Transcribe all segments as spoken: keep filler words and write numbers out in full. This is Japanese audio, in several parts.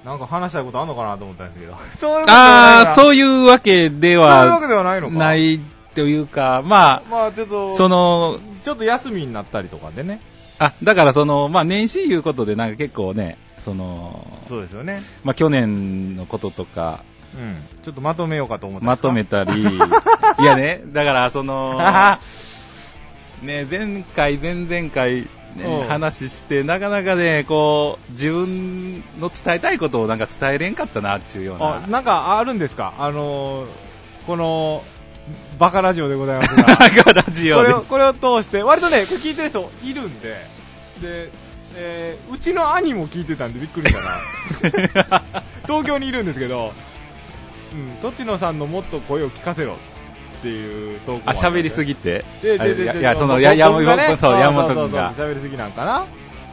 なんか話したいことあんのかなと思ったんですけど。そういうああ、そういうわけでは。 そういうわけではないのか。 ないというか、まあ、 まあちょっと、 その、 ちょっと休みになったりとかでね。 あ、だからその、まあ年始いうことでなんか結構ね、その、 そうですよね。 まあ去年のこととか、 うん。ちょっとまとめようかと思って。 まとめたり、いやね、だからその、ね、前回、前々回、ね、話して、なかなかね、こう、自分の伝えたいことをなんか伝えれんかったな、っていうような。 あ、なんかあるんですか？あのー、この、バカラジオでございますが。 バカラジオで。 これを、これを通して、割とね、これ聞いてる人いるんで、で、えー、うちの兄も聞いてたんでびっくりしたな。東京にいるんですけど、うん、とちのさんのもっと声を聞かせろっていう投稿。 あ、喋りすぎて。 で、で、で、 いや、その、や、やも、ね、そう、山本君が。 喋りすぎなんかな。うん、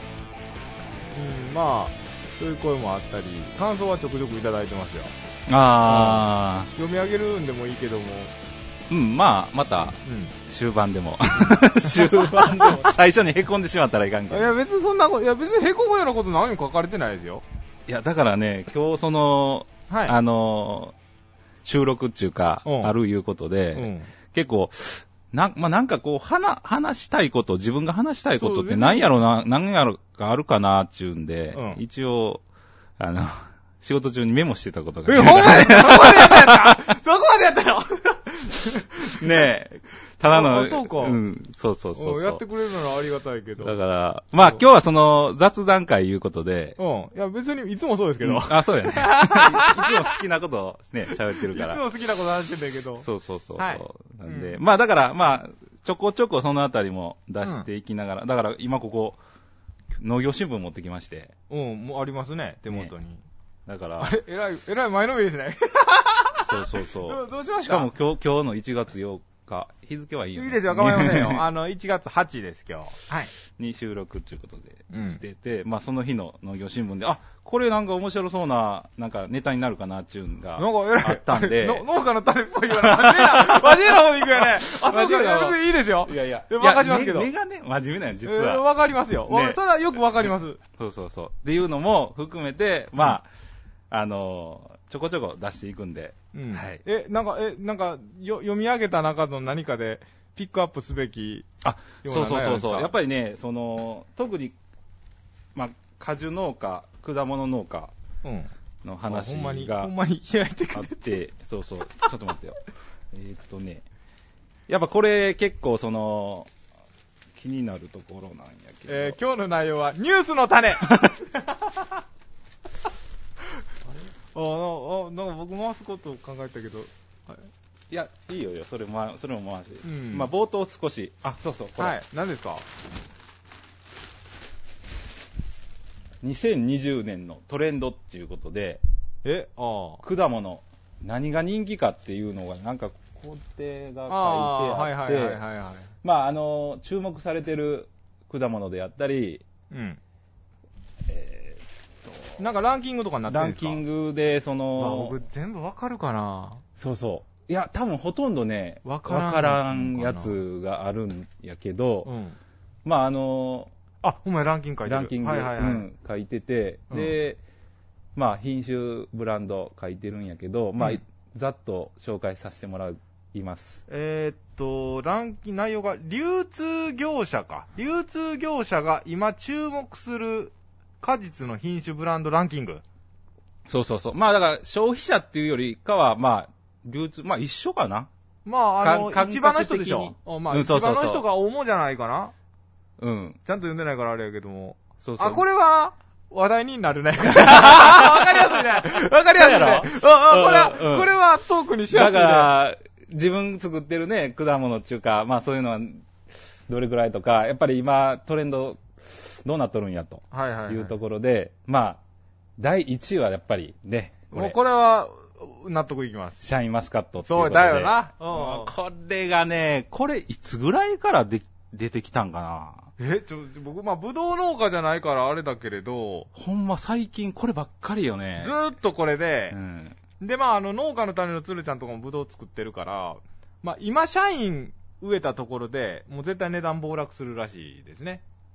まあ、そういう声もあったり、感想はちょくちょくいただいてますよ。 ああ。 読み上げるんでもいいけども。 うん、まあ、また、うん、終盤でも。 終盤でも。 最初に凹んでしまったらいかんけど。 いや、別にそんなこと、いや、別に凹むようなこと何も書かれてないですよ。 いや、だからね、今日その、はい、あのー、収録っていうか、うん、あるいうことで、うん、結構、な、まあ、なんかこう、話、話したいこと、自分が話したいことって何やろな、何やろかあるかなっていうんで、うん、一応、あの、仕事中にメモしてたことが。 え、ほんまにそこまでやったんそこまでやったのねえ、ただの、 そうか。 うん、そうそうそうそう。 やってくれるならありがたいけど。 だから、まあ今日はその雑談会いうことで。 うん。いや別にいつもそうですけど。うん、 あ、そうやね。いつも好きなことをね、喋ってるから。 いつも好きなこと話してんだけど。 そうそうそう。はい、なんで、うん、まあだから、まあ、ちょこちょこそのあたりも出していきながら、うん、だから今ここ、農業新聞持ってきまして。 うん、もうありますね、手元に。ね、 だから。 あれ、えらい、えらい前のめりですね。 そうそうそう。 どうしました？ しかも今日、今日のいちがつよっか、日付はいいよ、ね。 いいですよ、構いませんよ。あの、いちがつはちです、今日。はい。 に収録ということで、してて、うん、まあその日の農業新聞で、あ、これなんか面白そうな、なんかネタになるかなっていうのがあったんで。 の農家の種っぽいような、真面目な、真面目な方で行くよね。あ、そうか、いや、別にいいですよ。 いやいや、 わかりますけど。 根がね、真面目なんよ、実は。 わかりますよ。ね、それはよくわかります。 そうそうそう。っていうのも含めて、まあ、あのー、ちょこちょこ出していくんで。 うん。はい。え、なんか、え、なんか、よ、読み上げた中の何かで、ピックアップすべき。 あ、そうそうそうそう。やっぱりね、その、特に、まあ、果樹農家、果物農家の話が、うん、ほんまに、 ほんまに開いてくれて、そうそう、ちょっと待ってよ。えーっとね、やっぱこれ結構その、気になるところなんやけど。 えー、今日の内容は、ニュースの種ああ、なんか僕回すことを考えたけど、 はい、いや、いいよよ、それも、それも回して。うん、まあ、冒頭少し、あ、そうそう、これ。 はい、何ですか？ にせんにじゅうねんのトレンドっていうことで、 え、ああ。果物、何が人気かっていうのが、なんか、工程が書いてあって、まあ、あの、注目されてる果物であったり、うん。 なんかランキングとかになってるんですか？ ランキングで、その、 僕全部わかるかな？ そうそう。いや、多分ほとんどね、わからんやつがあるんやけど、うん、まああの、 あ、ほんまやランキング書いてる。 ランキング、はいはいはい、うん、書いてて、うん、で、まあ品種、ブランド書いてるんやけど、まあ、うん、ざっと紹介させてもらいます。 えー、っと、ランキング内容が、流通業者か。流通業者が今注目する果実の品種ブランドランキング。 そうそうそう。まあだから消費者っていうよりかは、まあ、流通、まあ一緒かな。 まああの、市場の人でしょ。まあ、うん、市場の人が主じゃないかな。うん。ちゃんと読んでないからあれやけども。そうそう。あ、これは、話題になるね。わかりやすいね。わかりやすいね。あ、あ、これは、うん、これはトークにしやすいね。 だから、自分作ってるね、果物っていうか、まあそういうのは、どれくらいとか、やっぱり今、トレンド、どうなっとるんやというところで、はいはいはい、まあ、だいいちいはやっぱりね、 これもうこれは納得いきます。 シャインマスカットっていうことで。 そうだよな。 うん、これがね、これいつぐらいからで出てきたんかな。 え、ちょ、僕、まあ、ぶどう農家じゃないからあれだけれど。 ほんま最近こればっかりよね。 ずーっとこれで、うん、で、まあ、あの、農家の種のつるちゃんとかもぶどう作ってるから、まあ、今、社員植えたところで、もう絶対値段暴落するらしいですね。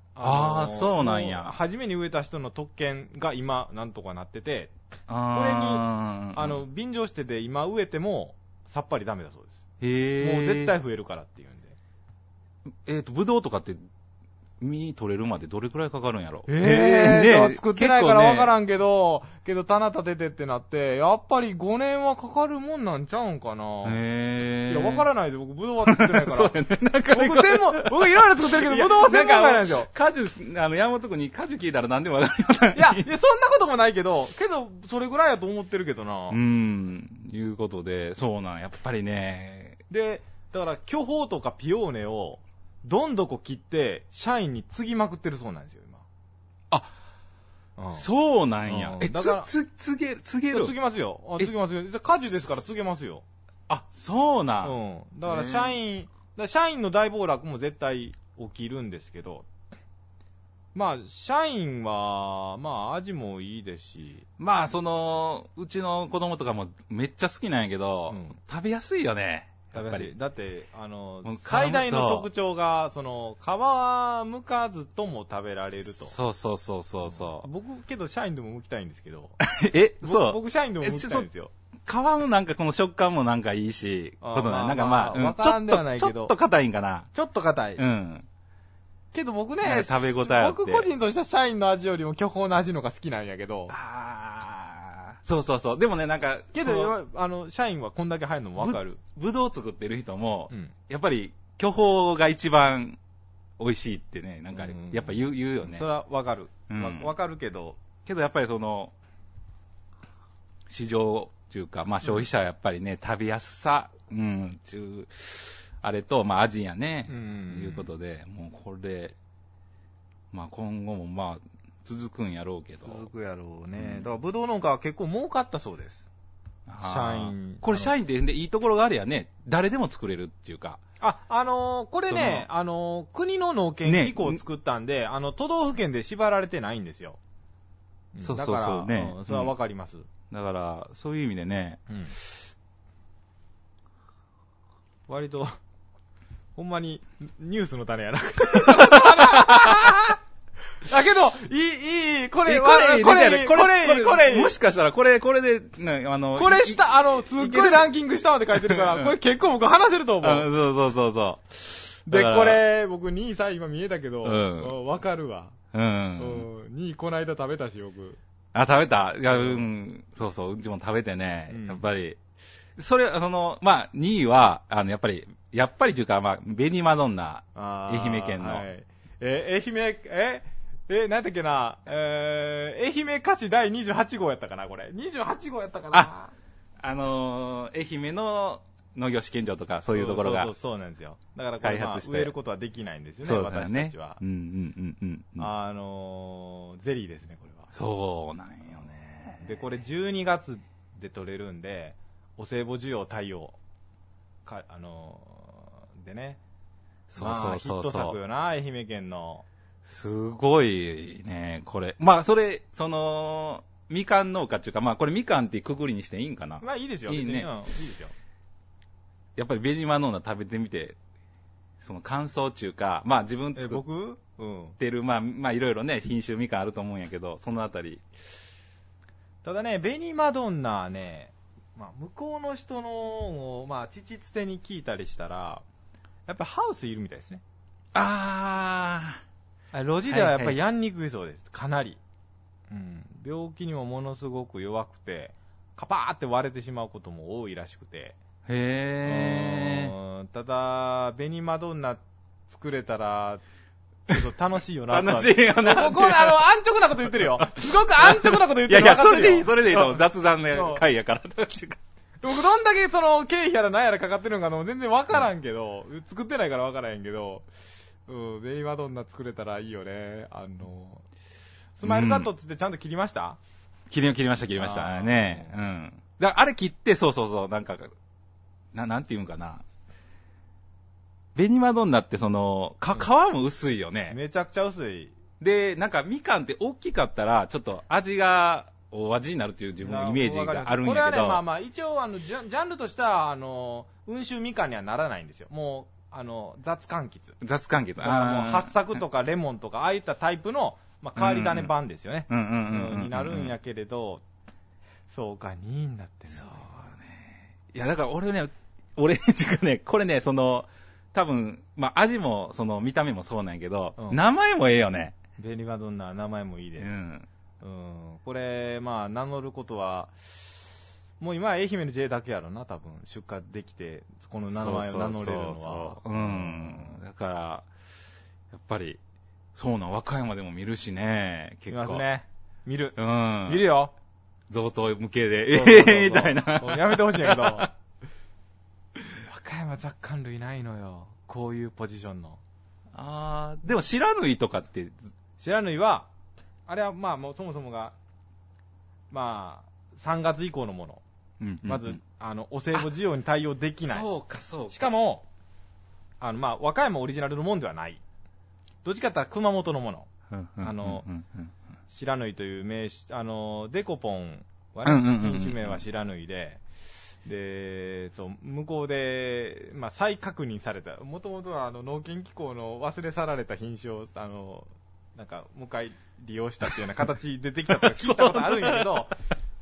ああ、そうなんや。 初めに植えた人の特権が今、なんとかなってて、これに、あの、便乗してで今植えても、さっぱりダメだそうです。へー。もう絶対増えるからっていうんで。 えっと、ブドウとかって、実取れるまでどれくらいかかるんやろ。 えー、ね、作ってないからわからんけど、ね、けど棚立ててってなって、やっぱりごねんはかかるもんなんちゃうんかな。へー。いや、わからないで、僕、ブドウは作ってないから。そうやね。なんか、僕専門、僕いろいろ作ってるけど、ブドウは専門外なんですよ。 果樹、あの、山本君に果樹聞いたら何でもわかるよ。 いや、いや、そんなこともないけど、けど、それぐらいやと思ってるけどな。 うーん、いうことで、そうなん、やっぱりね。 で、だから、巨峰とかピオーネを、どんどこ切って、社員に継ぎまくってるそうなんですよ、今。 あ、うん、そうなんや。うん、え、だから、つ、つ、継げる、継げる継ぎますよ。あ、継ぎますよ。果樹ですから継げますよ。 あ、そうなん。 うん。だから、社員、だ社員の大暴落も絶対起きるんですけど、まあ、社員は、まあ、味もいいですし。 まあ、その、うちの子供とかもめっちゃ好きなんやけど、うん、食べやすいよね。 やっぱりだって、あの、最大の特徴が、その、皮は剥かずとも食べられると。 そうそうそうそうそう。 僕、けど、社員でも剥きたいんですけど。 え、そう僕、社員でも剥きたいんですよ。 皮のなんかこの食感もなんかいいし、ことない。なんかまあ、 わからんではないけど。 ちょっと硬いんかな。 ちょっと硬い。 うん。 けど僕ね、 食べ応えあって。 僕個人としては社員の味よりも巨峰の味のが好きなんやけど。 あー。そうそうそう。でもね、なんか、 けど、あの、社員はこんだけ入るのもわかる。 ぶどう作ってる人も、うん、やっぱり、巨峰が一番美味しいってね、なんか、やっぱ言う、言うよね。 それはわかる。わ、うん、かるけど。 けどやっぱりその、市場っていうか、まあ消費者はやっぱりね、うん、食べやすさ、うん、ちゅう、あれと、まあ味やね、うん、いうことで、もうこれ、まあ今後もまあ、続くんやろうけど。 続くやろうね。うん、だから、ぶどう農家は結構儲かったそうです。社員。 これ社員ってでいいところがあるやね。誰でも作れるっていうか。 あ、あのー、これね、あのー、国の農研機構を作ったんで、ね、あの、都道府県で縛られてないんですよ。 そうそうそうね。 うん、それはわかります、うん。 だから、そういう意味でね。うん、 割と、ほんまに、ニュースの種やな。だけど、いい、いい、これ、これ、これ、これ、これ、 もしかしたらこれ、これで、ね、あの、 これ下、あの、すっごいランキング下まで書いてるから、これ結構僕話せると思う。 そうそうそうそう。 で、これ、僕にい、さんい今見えたけど、わ、うん、かるわ。うん。うん、にいこの間食べたし、僕。 あ、食べたいや、うん、そうそう、うちも食べてね、うん、やっぱり。それ、その、まあ、にいは、あの、やっぱり、やっぱりというか、まあ、ベニマドンナ、愛媛県の。はい、 え、愛媛、ええ、なんだっけな、えー、愛媛菓子だいにじゅうはち号やったかな、これ。にじゅうはち号やったかな。 あ、あのー、愛媛の農業試験場とか、そういうところが。 そうそうそうなんですよ。だからこれ、まあ、植えることはできないんですよね、そうですね、私たちは。うんうんうんうん、うん。あのー、ゼリーですね、これは。 そうなんよね。 で、これじゅうにがつで取れるんで、お歳暮需要対応。か、あのー、でね。 そうそうそうそう。 まあ、ヒット作よな、愛媛県の。 すごいね、これ。まあ、それ、その、みかん農家っていうか、まあ、これみかんってくくりにしていいんかな。 まあ、いいですよ。 いいね。 うん、いいですよ。 やっぱりベジマノーナ食べてみて、その感想っていうか、まあ、自分作ってる、まあ、まあ、いろいろね、品種みかんあると思うんやけど、そのあたり。 ただね、ベニマドンナはね、まあ、向こうの人の、まあ、父つてに聞いたりしたら、やっぱハウスいるみたいですね。 あー。 路地ではやっぱりやんにくいそうです。はいはい、かなり、うん。病気にもものすごく弱くて、カパーって割れてしまうことも多いらしくて。 へー。 ただ、ベニマドンナ作れたら、ちょっと楽しいよな。 楽しいよな。 ここ、あの、安直なこと言ってるよ。すごく安直なこと言ってるよ。 いやいや、それでいい、それでいいと。雑談の回やから。 僕どんだけその、経費やら何やらかかってるのかの全然わからんけど、うん、作ってないからわからへんけど、うん、ベニマドンナ作れたらいいよね。あの、スマイルカットっつってちゃんと切りました、 うん、切り、切りました、切りました。ねうん。だあれ切って、そうそうそう、なんか、な、なんていうんかな。ベニマドンナってその、か、皮も薄いよね。 めちゃくちゃ薄い。 で、なんかみかんって大きかったら、ちょっと味が、お味になるっていう自分のイメージがあるんやけど。これはね、まあまあ、一応、あの、ジャンルとしては、あの、温州みかんにはならないんですよ。もう、 あの、雑柑橘。 雑柑橘。 あもう、八作とかレモンとか、ああいったタイプの、まあ、変わり種版ですよね。 うんうんうん。 になるんやけれど、そうか、にいになってんの。 そうね。いや、だから俺ね、俺、っていうかね、これね、その、多分、まあ、味も、その、見た目もそうなんやけど、うん、名前もええよね。 ベニマドンナ、名前もいいです。うん。うん。これ、まあ、名乗ることは、もう今は愛媛の J だけやろな、多分。出荷できて、この名前を名乗れるのは。そうそうそう。うん。 だから、やっぱり、そうなん、和歌山でも見るしね、結構。 見ますね。見る。 うん。 見るよ。 贈答向けで、ええみたいな。 やめてほしいんやけど。和歌山雑柑類ないのよ。こういうポジションの。 あー、でも白縫いとかって。 白縫いは、あれはまあもうそもそもが、まあ、さんがつ以降のもの。うんうんうん、まず、あの、お歳暮需要に対応できない。 そうか、そうか。 しかも、あの、まあ、和歌山オリジナルのもんではない。どっちかって言ったら熊本のもの。あの、白縫いという名詞、あの、デコポンはね、品種名は白縫いで、で、そう、向こうで、まあ、再確認された。もともとは、あの、農研機構の忘れ去られた品種を、あの、なんか、もう一回利用したっていうような形でできたとか聞いたことあるんやけど、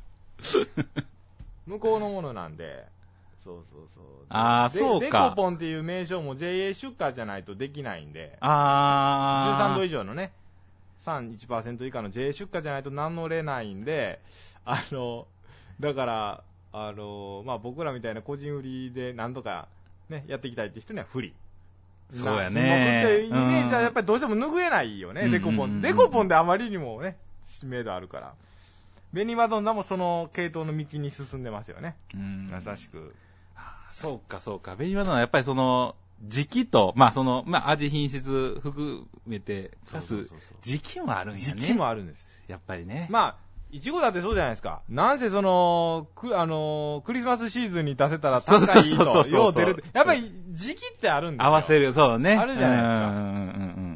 向こうのものなんで、そうそうそう。 ああ、そうか。 デコポンっていう名称も ジェイエー 出荷じゃないとできないんで、 ああ。 じゅうさんど以上のね、さんじゅういちパーセント 以下の ジェイエー 出荷じゃないと名乗れないんで、あの、だから、あの、まあ、僕らみたいな個人売りで何とかね、やっていきたいって人には不利。 そうやね。 っていうイメージはやっぱりどうしても拭えないよね、うん、デコポン。デコポンであまりにもね、知名度あるから。ベニマドンナもその系統の道に進んでますよね。うん。優しく。 そうか、そうか。ベニマドンナはやっぱりその、時期と、まあその、まあ味品質含めて、プラス、時期もあるんやね。 時期もあるんです。 やっぱりね。 まあ、いちごだってそうじゃないですか。なんせその、く、あのー、クリスマスシーズンに出せたら高いと、そうそうそうそうよう出る。やっぱり時期ってあるんですよ。 合わせる、そうね。 あるじゃないですか。うんうんうん。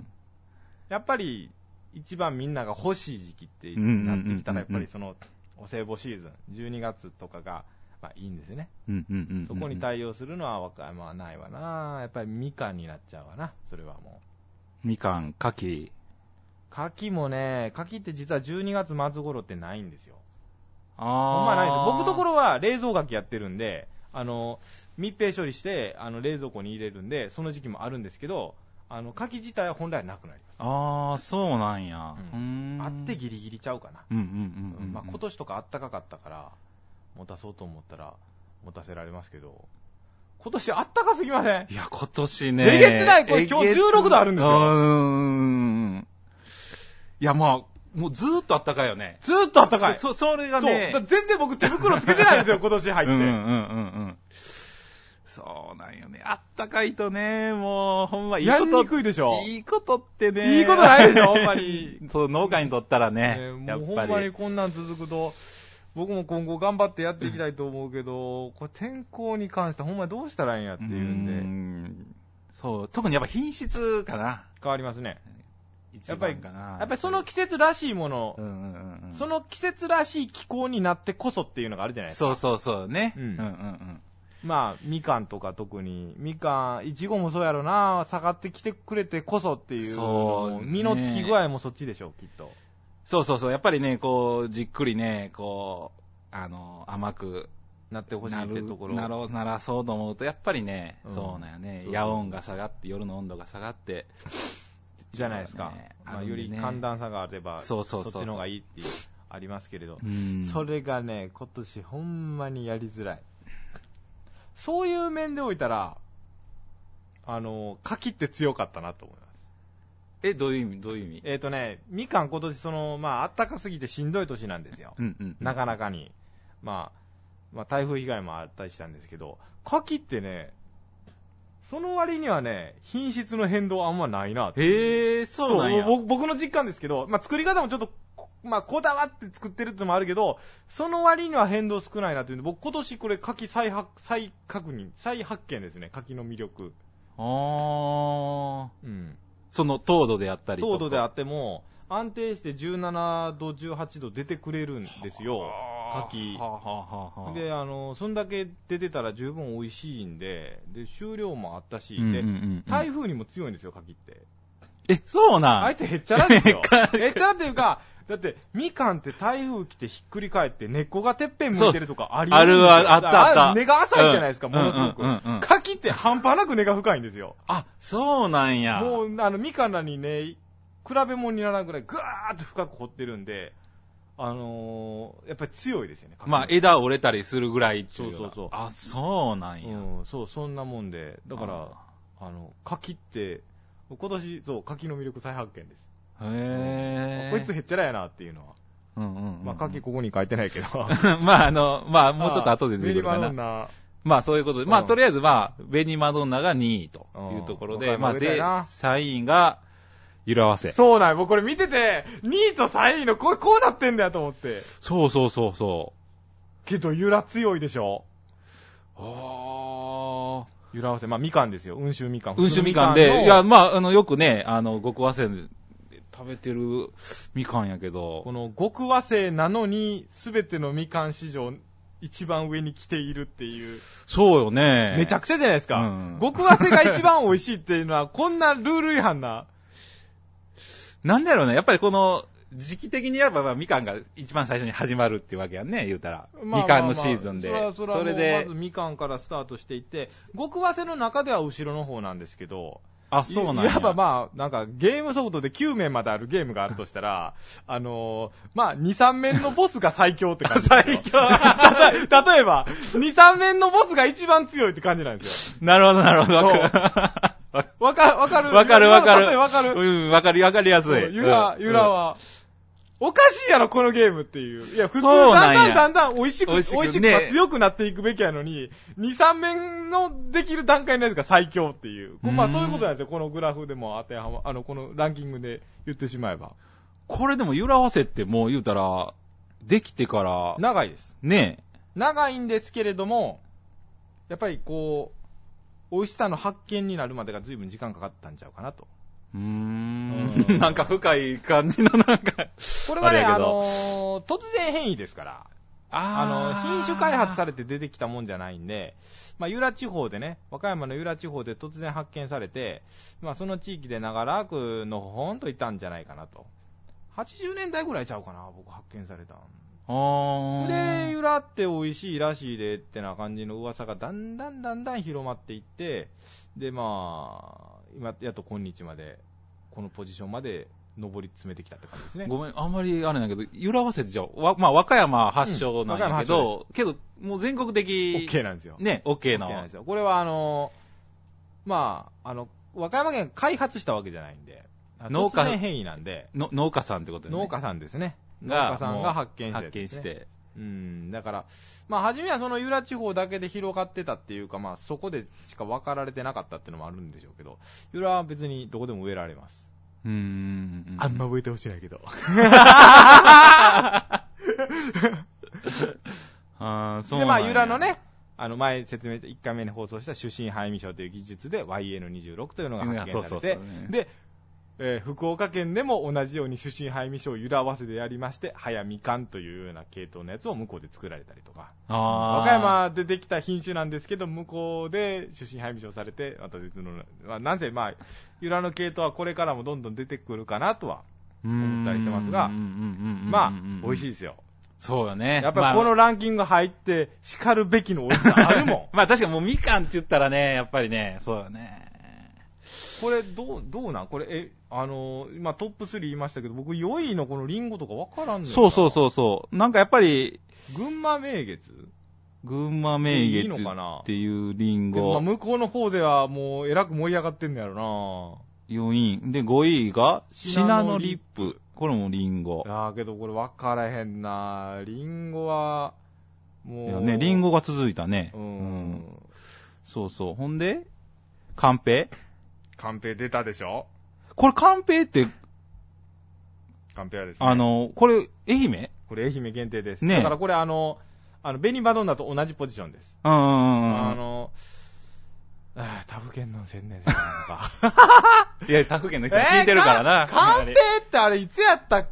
やっぱり、一番みんなが欲しい時期ってなってきたら、やっぱりその、お歳暮シーズン、じゅうにがつとかが、まあいいんですよね。 うんうんうんうん、 そこに対応するのは和歌山はないわな。やっぱりみかんになっちゃうわな。それはもう。みかん、柿。 柿もね、柿って実はじゅうにがつ末頃ってないんですよ。 ああ。 ほんまないんですよ。僕のところは冷蔵柿やってるんで、あの、密閉処理して、あの、冷蔵庫に入れるんで、その時期もあるんですけど、あの、柿自体は本来はなくなります。 ああ、そうなんや。 うん。あってギリギリちゃうかな。 うんうんうん、うん。 まあ今年とかあったかかったから、持たそうと思ったら、持たせられますけど、今年あったかすぎません？ いや、今年ね。 えげつない。これ今日じゅうろくどあるんですよ。うーん。いや、まあ、もうずーっとあったかいよね。 ずーっとあったかい。 そ、それがね。 そう。全然僕手袋つけてないんですよ、今年入って。 うんうんうんうん。そうなんよね。あったかいとね、もう、ほんまいいこと。 やりにくいでしょ。 いいことってね。 いいことないでしょ、ほんまに。 そう、農家にとったらね。 ねやっぱりもうほんまにこんなん続くと、僕も今後頑張ってやっていきたいと思うけど、これ天候に関してほんまにどうしたらいいんやっていうんで。うーんそう、特にやっぱ品質かな。 変わりますね。 やっぱりかな。 やっぱりその季節らしいもの、 うんうんうんうん、 その季節らしい気候になってこそっていうのがあるじゃないですか。 そうそうそうね。 うんうんうんうん。まあ、みかんとか特に、みかん、いちごもそうやろな、下がってきてくれてこそっていう、そう、実のつき具合もそっちでしょう、きっと。 そうそうそう、やっぱりね、こう、じっくりね、こう、あの、甘くなってほしいってところ。 なろう、ならそうと思うと、やっぱりね、うん、そうなんよね、夜温が下がって、夜の温度が下がって、 じゃないですか。ね、まあ、より寒暖差があれば、そうそうそうそうそっちの方がいいっていう、ありますけれど、それがね、今年ほんまにやりづらい。そういう面でおいたら、あの、柿って強かったなと思います。 え、どういう意味どういう意味えっ、ー、とね、みかん今年その、まあ、暖かすぎてしんどい年なんですよ。 うんうんうん、 なかなかに。まあ、まあ、台風被害もあったりしたんですけど、柿ってね、その割にはね、品質の変動あんまないなって。 へー、そうなんや。 そう、僕の実感ですけど、まあ、作り方もちょっと、まあ、こだわって作ってるってのもあるけど、その割には変動少ないなっていうんで、僕今年これ柿再発、再確認、再発見ですね、柿の魅力。 あー。 うん。 その糖度であったりとか。 糖度であっても、安定してじゅうななど、じゅうはちど出てくれるんですよ。 牡蠣。はあはあはあ、で、あの、そんだけ出てたら十分美味しいんで、で、収量もあったし、うんうんうんうん、で、台風にも強いんですよ、牡蠣って。 え、そうなん？ あいつへっちゃらですよ。へっちゃらっていうか、だって、みかんって台風来てひっくり返って根っこがてっぺん向いてるとかありますよ。 あるあったあった。 根が浅いじゃないですか、うん、ものすごく、うんうんうんうん。牡蠣って半端なく根が深いんですよ。 あ、そうなんや。 もう、あの、みかんらにね、比べ物にならないぐらいぐわーっと深く掘ってるんで、あのー、やっぱり強いですよね。 まあ、枝折れたりするぐらいっていう。 そうそうそう。 あ、そうなんや。 うん、そう、そんなもんで。だから、あの、牡蠣って、今年、そう、牡蠣の魅力再発見です。へー。こいつへっちゃらやなっていうのは。うんうんうんうん、まあ、牡蠣ここに書いてないけど。 まあ、あの、まあ、もうちょっと後で出てくるかな。ベニマドンナ。まあ、そういうことで。まあ、とりあえず、まあ、ベニマドンナがにいというところで、まあ、で、さんいが、ゆらわせ。 そうなんよ。僕これ見てて、にいとさんいのこう、こうなってんだよと思って。 そうそうそうそう。 けど、ゆら強いでしょ。ああ。ゆらわせ。まあ、みかんですよ。温州みかん。 温州みかんで、いや、まあ、あの、よくね、あの、極和製で食べてるみかんやけど。 この極和製なのに、すべてのみかん市場、一番上に来ているっていう。 そうよね。 めちゃくちゃじゃないですか。うん、極和製が一番美味しいっていうのは、こんなルール違反な。 なんだろうね。やっぱりこの、時期的に言えば、まあ、みかんが一番最初に始まるっていうわけやんね、言うたら。まあまあまあ、みかんのシーズンで。 それは、それはそれで。まずみかんからスタートしていって、極和製の中では後ろの方なんですけど、 あ、そうなんや。 いわばまあ、なんかゲームソフトできゅうめんまであるゲームがあるとしたら、あのー、まあ、に、さんめんのボスが最強って感じ。 最強例えば、に、さんめんのボスが一番強いって感じなんですよ。 なるほど、なるほど。 わかる、わかる。 わかる、わかる。 わかる。 うん、わかり、わかりやすい。 ゆら、ゆらは、おかしいやろ、このゲームっていう。いや、普通、だんだんだんだん美味しく、美味しく、ね、強くなっていくべきやのに、に、さんめんのできる段階のやつが最強っていう。まあそういうことなんですよ、このグラフでも当てはま、あの、このランキングで言ってしまえば。 これでも、ゆらわせってもう言うたら、できてから。 長いです。 ねえ。 長いんですけれども、やっぱりこう、美味しさの発見になるまでが随分時間かかったんちゃうかなと。 うーん。なんか深い感じのなんか。 これはね、あのー、突然変異ですから。あの、品種開発されて出てきたもんじゃないんで、まあ、由良地方でね、和歌山の由良地方で突然発見されて、まあ、その地域で長らくのほほんといたんじゃないかなと。はちじゅうねんだいぐらいちゃうかな、僕発見されたん。あで、由良って美味しいらしいでってな感じの噂がだんだんだんだん広まっていって、で、まあ、今、やっと今日まで、このポジションまで上り詰めてきたって感じですね。 ごめん、あんまりあれなんだけど、由良わせってじゃあ、まあ、和歌山発祥なんやけど、うん、けど、もう全国的。 OK なんですよ。 ね、OK の。 OK なんですよ。これはあのー、まあ、あの、和歌山県開発したわけじゃないんで、農家変異なんで。 の農家さんってことね。 農家さんですね。農家さんが発見して、 ね、発見して。 うん、だから、まあ、初めはその由良地方だけで広がってたっていうか、まあ、そこでしか分かられてなかったっていうのもあるんでしょうけど、由良は別にどこでも植えられます。うーん。あんま植えてほしいないけど。あそうで、まあ、由良のね、あの、前説明したいっかいめに放送した主審配味症という技術で ワイエヌにじゅうろく というのが発見されて、そうそうそうね、で、えー、福岡県でも同じように主審配味症を由良わせでやりまして、早みかんというような系統のやつを向こうで作られたりとか。和歌山でできた品種なんですけど、向こうで主審配味症されて、また別の、まあ、なぜまあ、由良の系統はこれからもどんどん出てくるかなとは思ったりしてますが、まあ、美味しいですよ。 そうよね。 やっぱりこのランキング入って叱るべきの美味しさあるもん。まあ確かにもうみかんって言ったらね、やっぱりね、そうよね。 これどう、どうなんこれ、え、あのー、今トップスリー言いましたけど、僕よいのこのリンゴとかわからんねん。 そうそうそうそう。なんかやっぱり、 群馬名月群馬名月っていうリンゴ。 まあ、向こうの方ではもうえらく盛り上がってんのやろな。 よいん。で、ごいが、シナノリップ。これもリンゴ。 いやーけどこれ分からへんな。リンゴは、もう。いやね、リンゴが続いたね。うん。うん、そうそう。ほんで、カンペカンペ出たでしょこれカンペって、 カンペはですね。 あの、これ、愛媛これ愛媛限定です。ね。だからこれあの、あの、ベニバドンナと同じポジションです。 うんうんうん。 あの、ああ、他府県の宣伝でなんか。 いや、他府県の人聞いてるからな。 カンペってあれいつやったっけ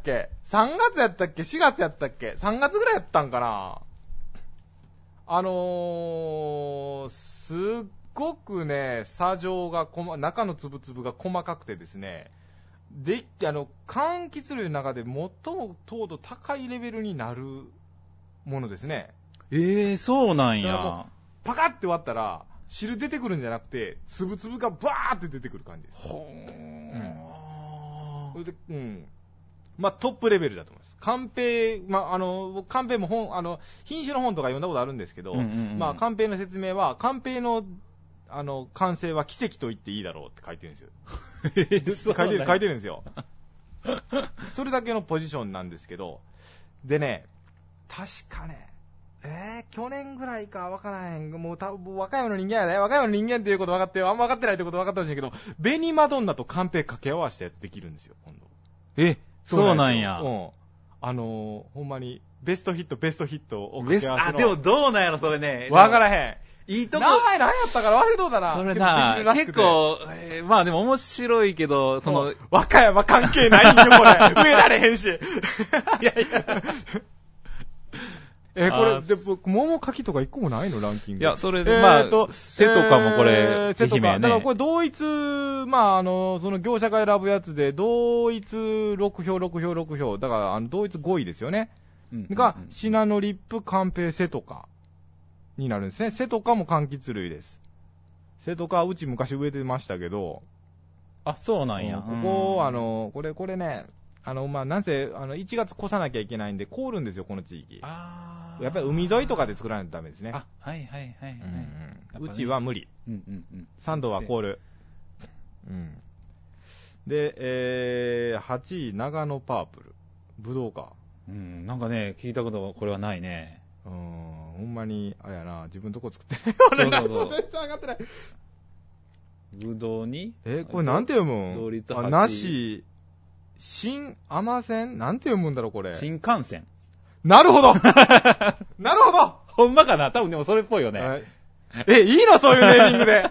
さんがつやったっけ ?しがつやったっけ ?さんがつぐらいやったんかな。あのー、すっごくね、砂状がこま、中の粒々が細かくてですね、で、あの、柑橘類の中で最も糖度高いレベルになるものですね。 ええー、そうなんや。 パカって割ったら、汁出てくるんじゃなくて、粒々がバーって出てくる感じです。ほー。うん。で、うん。まあ、トップレベルだと思います。カンペイ、まあ、あの、カンペイも本、あの、品種の本とか読んだことあるんですけど、うんうんうん、まあ、カンペイの説明は、カンペイの、あの、完成は奇跡と言っていいだろうって書いてるんですよ。書いてる、書いてるんですよ。それだけのポジションなんですけど、でね、確かね、えー、去年ぐらいか分からへん。もう多分、和歌山の人間やね。和歌山の人間っていうこと分かって、あんま分かってないってこと分かってほしいけど、紅マドンナとカンペイ掛け合わせたやつできるんですよ、今度。 え、そうなんや。 うん。あのー、ほんまに、ベストヒット、ベストヒットを掛け合わせの。 あ、でもどうなんやろ、それね。 分からへん。 いいとこ。 名前何やったから忘れとうだな。 それな、結構、えー、まあでも面白いけど、その、 和歌山関係ないんよ、これ。植えられへんし。いやいや。えー、これ、で、桃柿とか一個もないのランキング。 いや、それで、まあ、えーと、背とかもこれ、えー、背とか、ね、だからこれ同一、まあ、あの、その業者が選ぶやつで、同一ろくひょう、ろくひょう、ろくひょう。だから、あの、同一ごいですよね。うんうんうん、が、シナノリップ、カンペイ、背とか。になるんですね。背とかも柑橘類です。背とかうち昔植えてましたけど、 あ、そうなんや。 ここ、あの、これ、これね、あの、まあ、なんせ、あの、いちがつ越さなきゃいけないんで、凍るんですよ、この地域。あやっぱり海沿いとかで作らないとダメですね。 あ、はいはいはいはい。うんうん、うちは無理。うんうんうん。さんどは凍る。うん。で、えー、はちい、長野パープル。ぶどうか。 うん、なんかね、聞いたことこれはないね。 うーん、ほんまに、あれやな、自分のとこ作ってない。俺、そうそうそう。全然上がってない。 ぶどうにえ、これなんて読むん？同率はち。あ、なし、新甘線なんて読むんだろう、これ。 新幹線。 なるほどなるほどほんまかな？多分でもそれっぽいよね。はい、 え、いいのそういうネーミングで。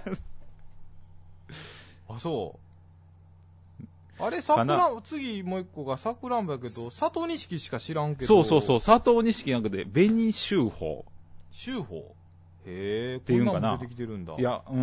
あ、そう。あれ、桜、次もう一個が桜んぼやけど、佐藤錦しか知らんけど。 そうそうそう、佐藤錦なんかで、紅秋宝。 秋宝へぇー、 っていうんかな。 こんなんも出てきてるんだ。 いや、うん。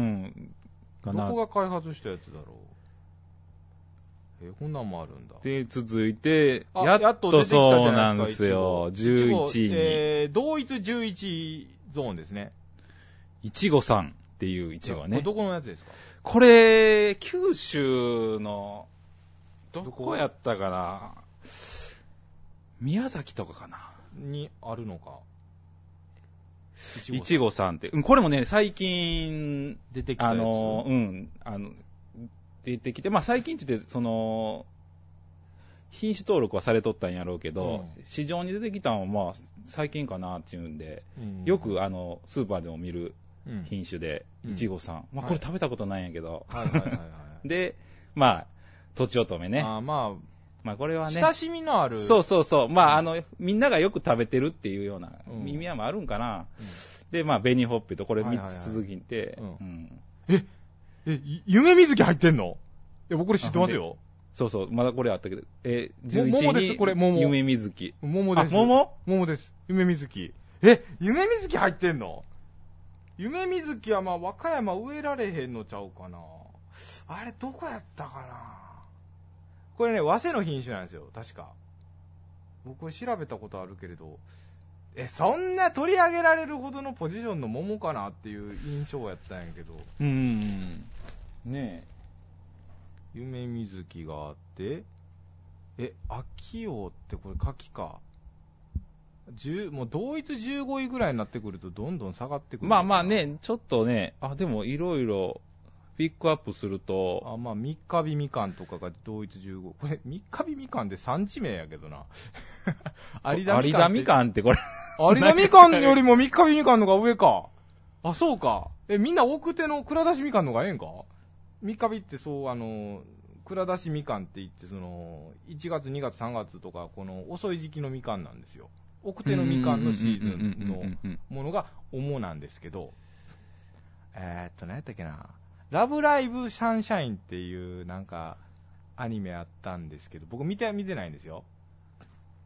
どこが開発したやつだろう。えー、こんなんもあるんだ。 で、続いて、やっとそうなんですよ。じゅういちいに。 えー、同一じゅういちいゾーンですね。 いちごさんっていういちごはね。 これどこのやつですか？ これ、九州の、どこやったかな、宮崎とかかなにあるのか。 いちごさんって、うん、これもね、最近、 出てきたやつ。 あの、うん、あの、出てきて、まあ最近って言って、その、品種登録はされとったんやろうけど、うん、市場に出てきたのはまあ最近かなっていうんで、うん、よくあの、スーパーでも見る品種で、いちごさん。まあこれ食べたことないんやけど。はいはいはいはい、で、まあ、とちおとめね。 あまあ、 まあこれはね。 親しみのある。 そうそうそう。まああの、みんながよく食べてるっていうような意味合いもあるんかな。うん、で、まあ、紅ほっぺとこれみっつ続きて。 え、え、夢水木入ってんの？いや、僕これ知ってますよ。 そうそう、まだこれあったけど。え、じゅういちに桃です、これ、桃。 夢水木。 桃です。 桃？ 桃です。夢水木。え、夢水木入ってんの？夢水木はまあ、和歌山植えられへんのちゃうかな。あれ、どこやったかな。これね、早生の品種なんですよ、確か。僕これ調べたことあるけれど、え、そんな取り上げられるほどのポジションの桃かなっていう印象やったんやけど。 うん。ねえ。 夢水木があって、え、秋王ってこれ柿か。10もう同一じゅうごいぐらいになってくるとどんどん下がってくる。 まあまあね、ちょっとね、あ、でもいろいろピックアップすると、 あ、まあ三日日みかんとかが同一じゅうご。これ三日日みかんで産地名やけどな。 有田みかん。有田みかんってこれ。 有田みかんよりも三日日みかんのが上か。あ、そうか。え、みんな奥手の蔵出しみかんのがええんか？三日日ってそう、あの、蔵出しみかんって言って、その、いちがつ、にがつ、さんがつとか、この遅い時期のみかんなんですよ。奥手のみかんのシーズンのものが主なんですけど、えーっと、何やったっけな。ラブライブシャンシャインっていうなんかアニメあったんですけど、僕見て見てないんですよ。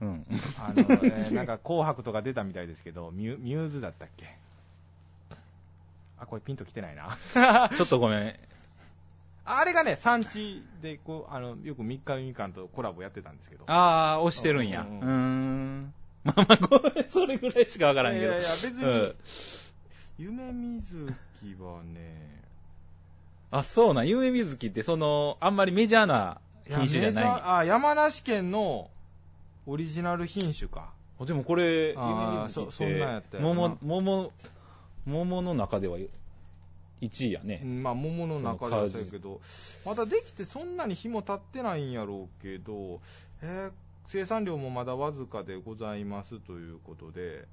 うん。 あの、えー、なんか紅白とか出たみたいですけど、ミュ、ミューズだったっけ？あ、これピンときてないな。 ちょっとごめん。 あれがね、産地で、こう、あの、よくみっかみかんとコラボやってたんですけど。 ああ、押してるんや。うーん。まあまあ、ごめん、それぐらいしかわからんけど。いやいや、 別に、うん、夢水木はね、 あ、そうな、夢水木ってその、あんまりメジャーな品種じゃない。 あ、山梨県のオリジナル品種か。 でもこれ、夢水木って、 そんなんやったよな。 桃、桃、桃の中ではいちいやね。 まあ、桃の中ではそうやけど、まだできてそんなに日も経ってないんやろうけど、えー、生産量もまだわずかでございますということで、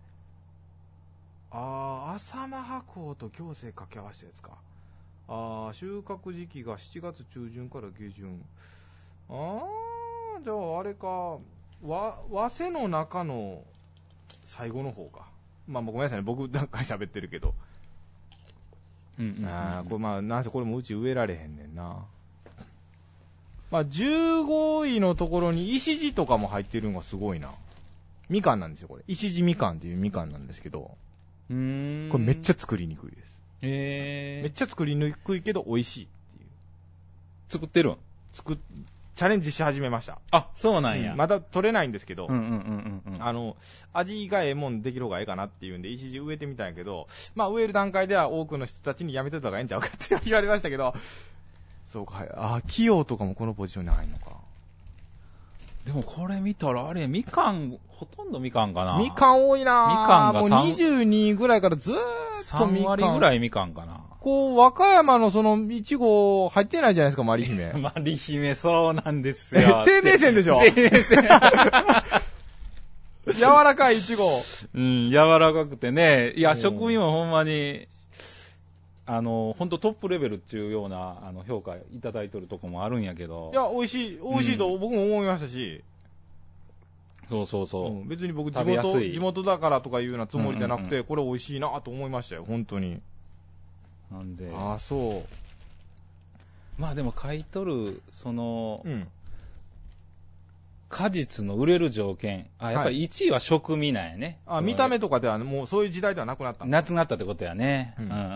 あー、浅間白鳳と行政掛け合わせたやつか。あー、収穫時期がしちがつ中旬から下旬。あー、じゃああれか、わ、早生の中の最後の方か。まあ、ごめんなさいね、僕なんか喋ってるけど。うんうんうん、あこれまあなんせこれもうち植えられへんねんな。まあじゅうごいのところに石地とかも入ってるのがすごいな。みかんなんですよこれ。石地みかんっていうみかんなんですけど、うーん、これめっちゃ作りにくいです。へー、めっちゃ作りにくいけど美味しいっていう。 作ってるん？ 作っチャレンジし始めました。 あ、そうなんや。 うん、まだ取れないんですけど、 うんうんうんうん、 あの味がええもんできる方がええかなっていうんで石地植えてみたんやけど、まあ植える段階では多くの人たちにやめといた方がええんちゃうかって言われましたけど、そうか、あ、器用とかもこのポジションに入るのか。 でもこれ見たらあれみかんほとんどみかんかな。 みかん多いな。 みかんがもうにじゅうにぐらいからずーっとみかん。 さんわりぐらいみかんかな。 こう、和歌山のその、いちご入ってないじゃないですか、マリ姫。 マリ姫、そうなんですよ。 生命線でしょ生命線。柔らかいいちご。 うん、柔らかくてね。いや、食味もほんまに、あの、ほんとトップレベルっていうような、あの、評価いただいとるとこもあるんやけど。 いや、美味しい、美味しいと僕も思いましたし。 うん、そうそうそう。うん、 別に僕地元、地元だからとかいうようなつもりじゃなくて、うんうんうん、これ美味しいなと思いましたよ、本当に。 なんで。 ああ、そう。 まあでも買い取る、その、うん、果実の売れる条件。あ、やっぱりいちいは食味なんやね。 はい、あ、見た目とかではもうそういう時代ではなくなった。 なくなったってことやね。うん、うんうんうん。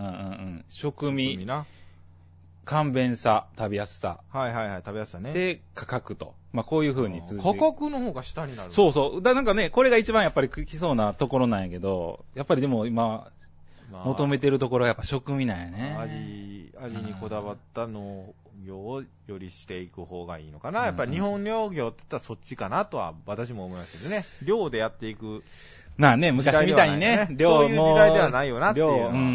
食味。食味な。簡便さ、食べやすさ。 はいはいはい、食べやすさね。 で、価格と。まあこういう風に続いて。価格の方が下になる。 そうそう。だなんかね、これが一番やっぱり来そうなところなんやけど、やっぱりでも今、まあ、求めてるところはやっぱ食味なんやね。 味、味にこだわった農業をよりしていく方がいいのかな。うん、やっぱり日本農業って言ったらそっちかなとは私も思いますけどね。量でやっていく。 まあね、昔みたいにね、 量も。そういう時代ではないよなっていうのは。 うんうんうんうん、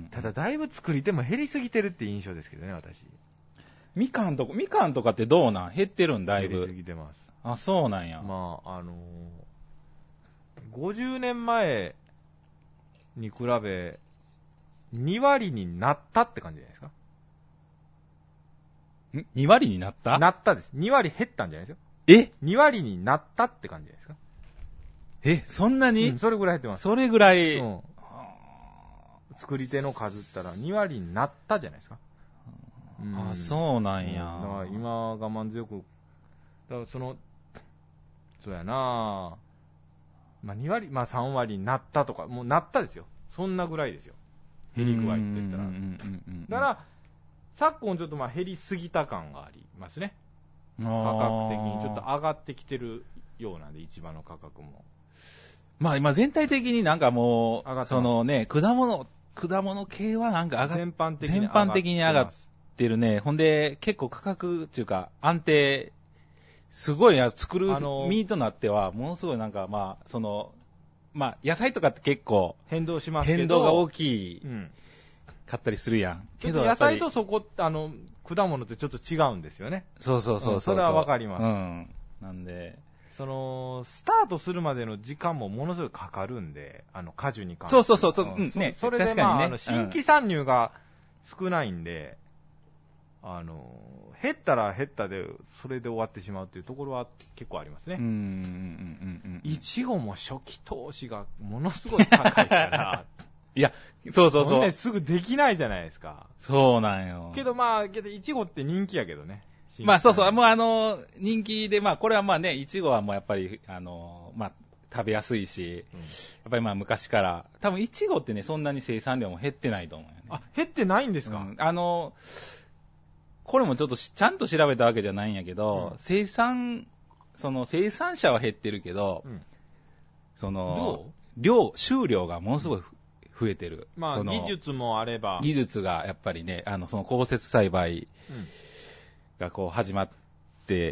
ただだいぶ作り手も減りすぎてるって印象ですけどね、私。 みかんとか、みかんとかってどうなん？減ってるんだいぶ。 減りすぎてます。 あ、そうなんや。 まあ、あのー、ごじゅうねんまえ、に比べにわりになったって感じじゃないですか。 ん ?に 割になった？ なったです。にわり減ったんじゃないですか。 え ? に 割になったって感じじゃないですか。 え、そんなに、 うん、それぐらい減ってます。 それぐらい、うん、 作り手の数ったらにわりになったじゃないですか。 うん、あ、そうなんや。 うん、だから今我慢強く、だからその、そうやなぁ。まあにわり、まあさんわりになったとか、もうなったですよ。そんなぐらいですよ。減り具合って言ったら。だから、昨今ちょっとまあ減りすぎた感がありますね。価格的にちょっと上がってきてるようなんで、市場の価格も。 まあ今全体的になんかもう、そのね、果物、果物系はなんか上がっ全般的に全般的に上がってるね。ほんで、結構価格っていうか安定、すごい作るミートなっては、ものすごいなんかまあ、その、まあ野菜とかって結構変動しますけど、 変動が大きい、うん、かったりするやん。 けど野菜とそこ、あの、果物ってちょっと違うんですよね。 そうそうそうそう、うん。 それはわかります。 うん。なんで、 その、スタートするまでの時間もものすごいかかるんで、あの、果樹に関して。 そうそうそう、うん、ね。 それで、まあ、ね、あの、新規参入が少ないんで、うん、あの、減ったら減ったで、それで終わってしまうっていうところは結構ありますね。うん、うん、うん、うん。いちごも初期投資がものすごい高いから、 いや、そうそうそう。 すぐできないじゃないですか。 そうなんよ。 けどまあ、けどいちごって人気やけどね。 まあそうそう、もうあの、人気で、まあこれはまあね、いちごはもうやっぱり、あの、まあ食べやすいし、うん、やっぱりまあ昔から、多分いちごってね、そんなに生産量も減ってないと思うよね。 あ、減ってないんですか？うん、 あの、これもちょっとちゃんと調べたわけじゃないんやけど、うん、生産、その生産者は減ってるけど、うん、その、量、収量がものすごい増えてる。 まあ、技術もあれば。 技術がやっぱりね、あの、その降雪栽培がこう始まって、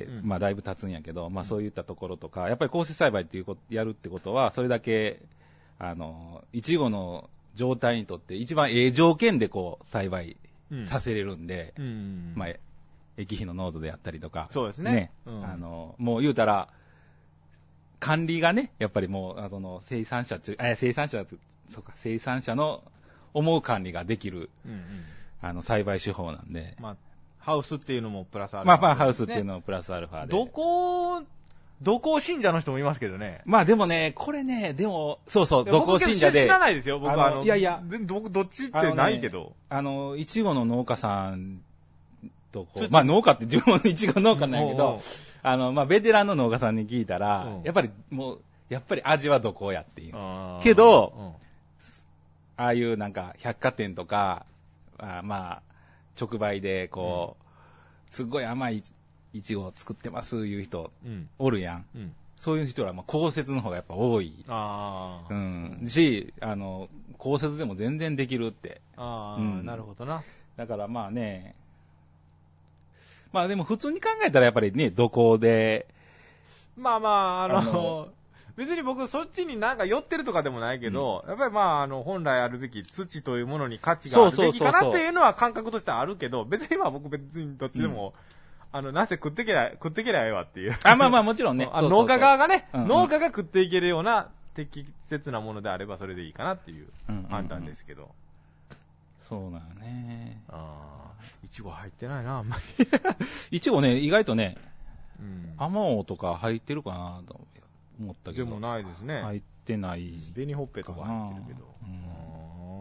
うん、まあ、だいぶ経つんやけど、まあ、そういったところとか、やっぱり降雪栽培っていうこと、やるってことは、それだけ、あの、いちごの状態にとって一番ええ条件でこう、栽培させれるんで、うんうん、まあ、液肥の濃度であったりとか。 そうですね。 ね、うん、あの、もう言うたら、管理がね、やっぱりもう、あの、生産者中、あ、生産者、そうか、生産者の思う管理ができる、うんうん、あの、栽培手法なんで。 まあ、ハウスっていうのもプラスアルファ、 ね。まあまあ、ハウスっていうのもプラスアルファで。 どこ、どこ信者の人もいますけどね。 まあでもね、これね、でも、そうそう、どこ信者で。 知らないですよ、僕は。あの、 いやいや、 ど、どっちってないけど。 あの、いちごの農家さんとこう、まあ農家って自分もいちご農家なんやけど、おうおうあの、まあベテランの農家さんに聞いたら、やっぱりもう、やっぱり味はどこやっていう。けど、うん、ああいうなんか百貨店とか、あまあ、直売でこう、うん、すっごい甘いいちごを作ってますいう人、うん、おるやん。うん、そういう人ら、まあ、降雪の方がやっぱ多い。あうん。し、あの、降雪でも全然できるって。 ああ、うん、なるほどな。 だからまあね、まあでも普通に考えたらやっぱりね、どこで。 まあまあ、あの、あの別に僕そっちになんか寄ってるとかでもないけど、うん、やっぱりまああの本来あるべき土というものに価値があるべきかなっていうのは感覚としてはあるけど、別にまあ僕別にどっちでも、うん、あの、なぜ食ってけりゃ、食ってけりゃええわっていう。 あ、まあまあもちろんね。 あの農家側がね、うんうん、農家が食っていけるような適切なものであればそれでいいかなっていう判断ですけど。うんうんうんそうなのね。 ああ、いちご入ってないな、あんまり。いちごね、意外とね、うん、アマオとか入ってるかなと思ったけど。 でもないですね。 入ってない。 紅ほっぺとか入ってるけど。うん、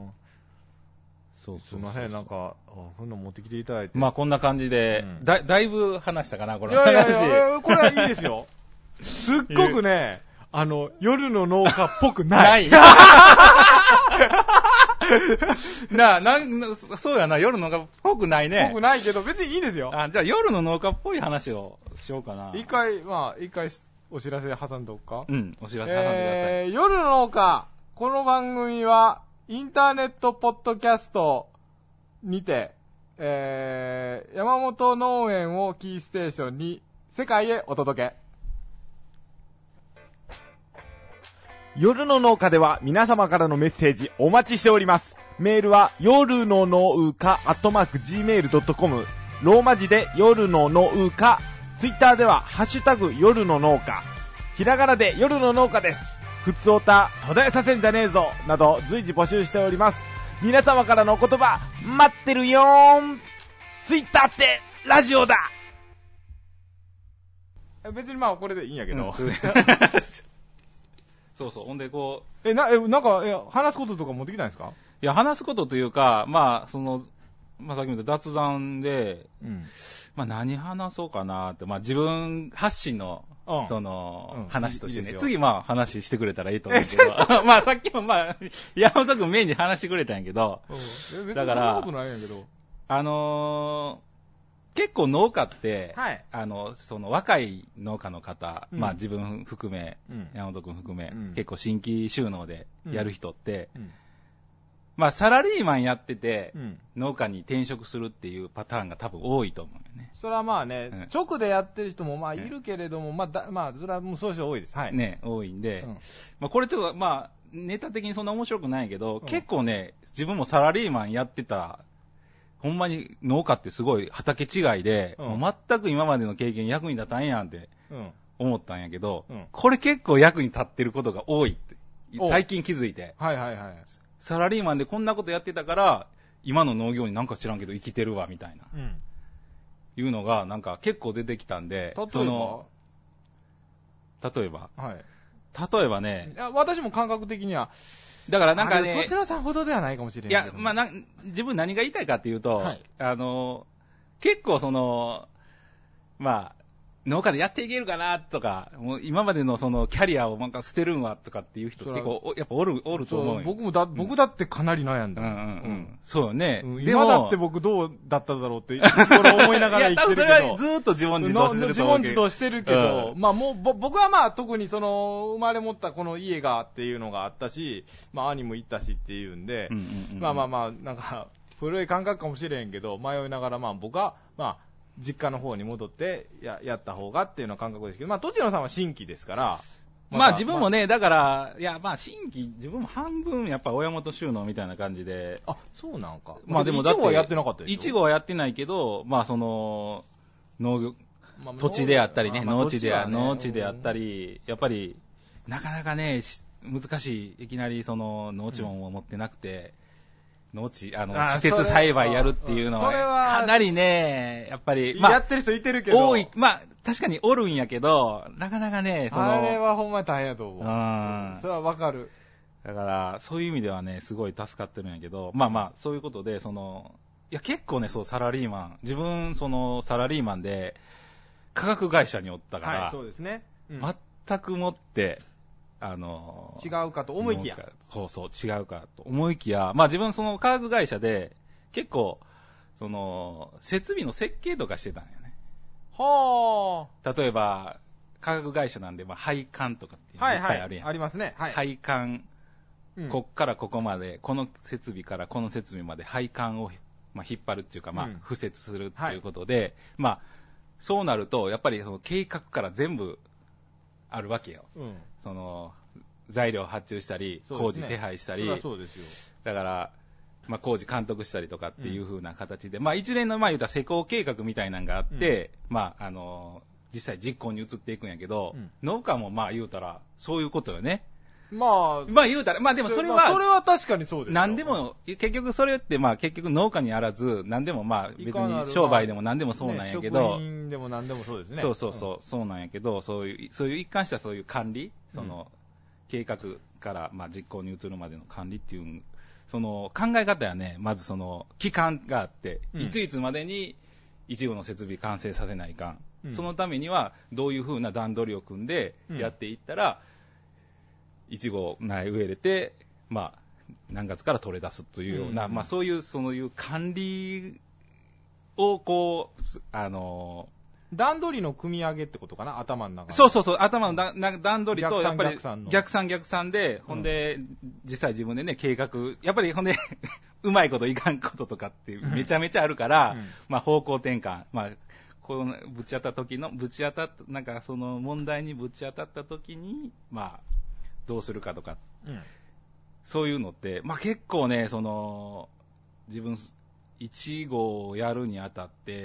そうそうそう。すみません、なんか、こんな持ってきていただいて。 まあこんな感じで、うん、だ, だいぶ話したかな、この話。いやいやいや、 これはいいですよ。すっごくね、あの、夜の農家っぽくない。ない。 なあ、なん、そうやな、夜の農家っぽくないね。 ぽくないけど、別にいいですよ。 あ、じゃあ夜の農家っぽい話をしようかな。 一回、まあ、一回お知らせ挟んでおくか。 うん、お知らせ挟んでください。えー、夜の農家。この番組は、インターネットポッドキャストにて、えー、山本農園をキーステーションに世界へお届け。夜の農家では皆様からのメッセージお待ちしております。メールは夜の農家アットマーク ジーメールドットコム ローマ字で夜の農家。ツイッターではハッシュタグ夜の農家、ひらがなで夜の農家です。ふつおた途絶えさせんじゃねえぞなど随時募集しております。皆様からのお言葉待ってるよーん。ツイッターってラジオだ。別にまあこれでいいんやけど、うんそうそう。ほんで、こう。え、な、え、なんか、え、話すこととか持ってきたんですか？ いや、話すことというか、まあ、その、まあ、さっきも言った雑談で、うん、まあ、何話そうかなって、まあ、自分発信の、うん、その、うん、話としてね、いい次、まあ、話してくれたらいいと思うけど、まあ、さっきもまあ、山本くんメインに話してくれたんやけど、 うん、だから、そんなことないんやけど。 あのー、結構農家って、はい、あの、その若い農家の方、うん、まあ自分含め、うん、山本くん含め、うん、結構新規収納でやる人って、うん、まあサラリーマンやってて、農家に転職するっていうパターンが多分多いと思うよね。 それはまあね、直でやってる人もまあいるけれども、まあだ、まあそれはもうそういう人多いです。はい。 ね、多いんで、まあこれちょっとまあネタ的にそんな面白くないけど、結構ね、自分もサラリーマンやってたほんまに農家ってすごい畑違いで、うん、もう全く今までの経験役に立たんやんって思ったんやけど、うん、これ結構役に立ってることが多いって、最近気づいて。 はいはいはい。 サラリーマンでこんなことやってたから、今の農業になんか知らんけど生きてるわ、みたいな。うん、いうのがなんか結構出てきたんで、 例えばその例えば、はい、例えばね、 いや私も感覚的には、 だからなんかね、 年の差ほどではないかもしれない。 いや、まあな、自分何が言いたいかっていうと、はい、あの、結構その、 まあ、農家でやっていけるかなとか、もう今までのそのキャリアをなんか捨てるんはとかっていう人結構やっぱおる、おると思うよ。 僕もだ、僕だってかなり悩んだ。 うんうんうん。そうよね。 今だって僕どうだっただろうって、これ思いながら言ってるけど。いや、多分それはずーっと自問自答してると自問自答してるけど、まあもう、僕はまあ特にその、生まれ持ったこの家がっていうのがあったし、まあ兄も行ったしっていうんで、まあまあまあ、なんか、古い感覚かもしれんけど、迷いながらまあ僕は、まあ、実家の方に戻ってややった方がっていうのは感覚ですけど、まあ、栃野さんは新規ですから、 ま, まあ自分もね、まあ、だから、いや、まあ新規、自分も半分やっぱ親元収納みたいな感じで。 あ、そうなんか。 まあでもだって、いちごはやってなかったでしょ。 いちごはやってないけど、まあその、農業、まあ、土地であったりね、農地であ、農地であったり、やっぱり、なかなかね、難しい、いきなりその農地も持ってなくて、農地、あの、施設栽培やるっていうのは、かなりね、やっぱり、 まあ、やってる人いてるけど。 多い、まあ、確かにおるんやけど、なかなかね、 その。あれはほんまに大変やと思う。うん。それはわかる。 だから、そういう意味ではね、すごい助かってるんやけど、まあまあ、そういうことで、その、いや、結構ね、そう、サラリーマン、自分、その、サラリーマンで、化学会社におったから、 はい、そうですね。 うん、全くもって、あのー、違うかと思いきや。 そうそう、違うかと思いきや、まあ自分その化学会社で、結構、その、設備の設計とかしてたんよね。 はあ。例えば、化学会社なんで、まあ配管とかっていうのがいっぱいあるやん。 はいはい、ありますね。はい、 配管、うん、こっからここまで、この設備からこの設備まで配管を、まあ、引っ張るっていうか、まあ、敷設するっていうことで、はい、まあ、そうなると、やっぱりその計画から全部、あるわけよ、うん、その材料発注したり、ね、工事手配したり、 そそうですよだから、まあ、工事監督したりとかっていう風な形で、うん、まあ、一連の、まあ、言うたら施工計画みたいなのがあって、うん、まあ、あの実際実行に移っていくんやけど、うん、農家もまあ言うたらそういうことよね。 まあ、 まあ言うたら、まあでもそれは、まあ、 それは確かにそうですよ。 何でも、結局それってまあ結局農家にあらず、何でもまあ別に商売でも何でもそうなんやけど、 ね、職人でも何でもそうですね。 そうそうそう、うん、そうなんやけど、そういう、そういう一貫したそういう管理、その、うん、計画からまあ実行に移るまでの管理っていう、その考え方やね、まずその期間があって、うん、いついつまでに一部の設備完成させないかん。うん、そのためにはどういう風な段取りを組んでやっていったら、うんいちご苗植えれて、まあ、何月から取れ出すというような、うんまあ、そういう、そういう管理を、こう、あのー、段取りの組み上げってことかな頭の中そうそうそう、頭のだな段取りと、やっぱり、逆算逆算で、うん、ほんで、実際自分でね、計画、やっぱりほんで、うまいこといかんこととかってめちゃめちゃあるから、うん、まあ、方向転換、まあ、このぶち当たった時の、ぶち当たった、なんかその問題にぶち当たった時に、まあ、どうするかとか、うん、そういうのって、まあ、結構ね、その自分、いちごをやるにあたって、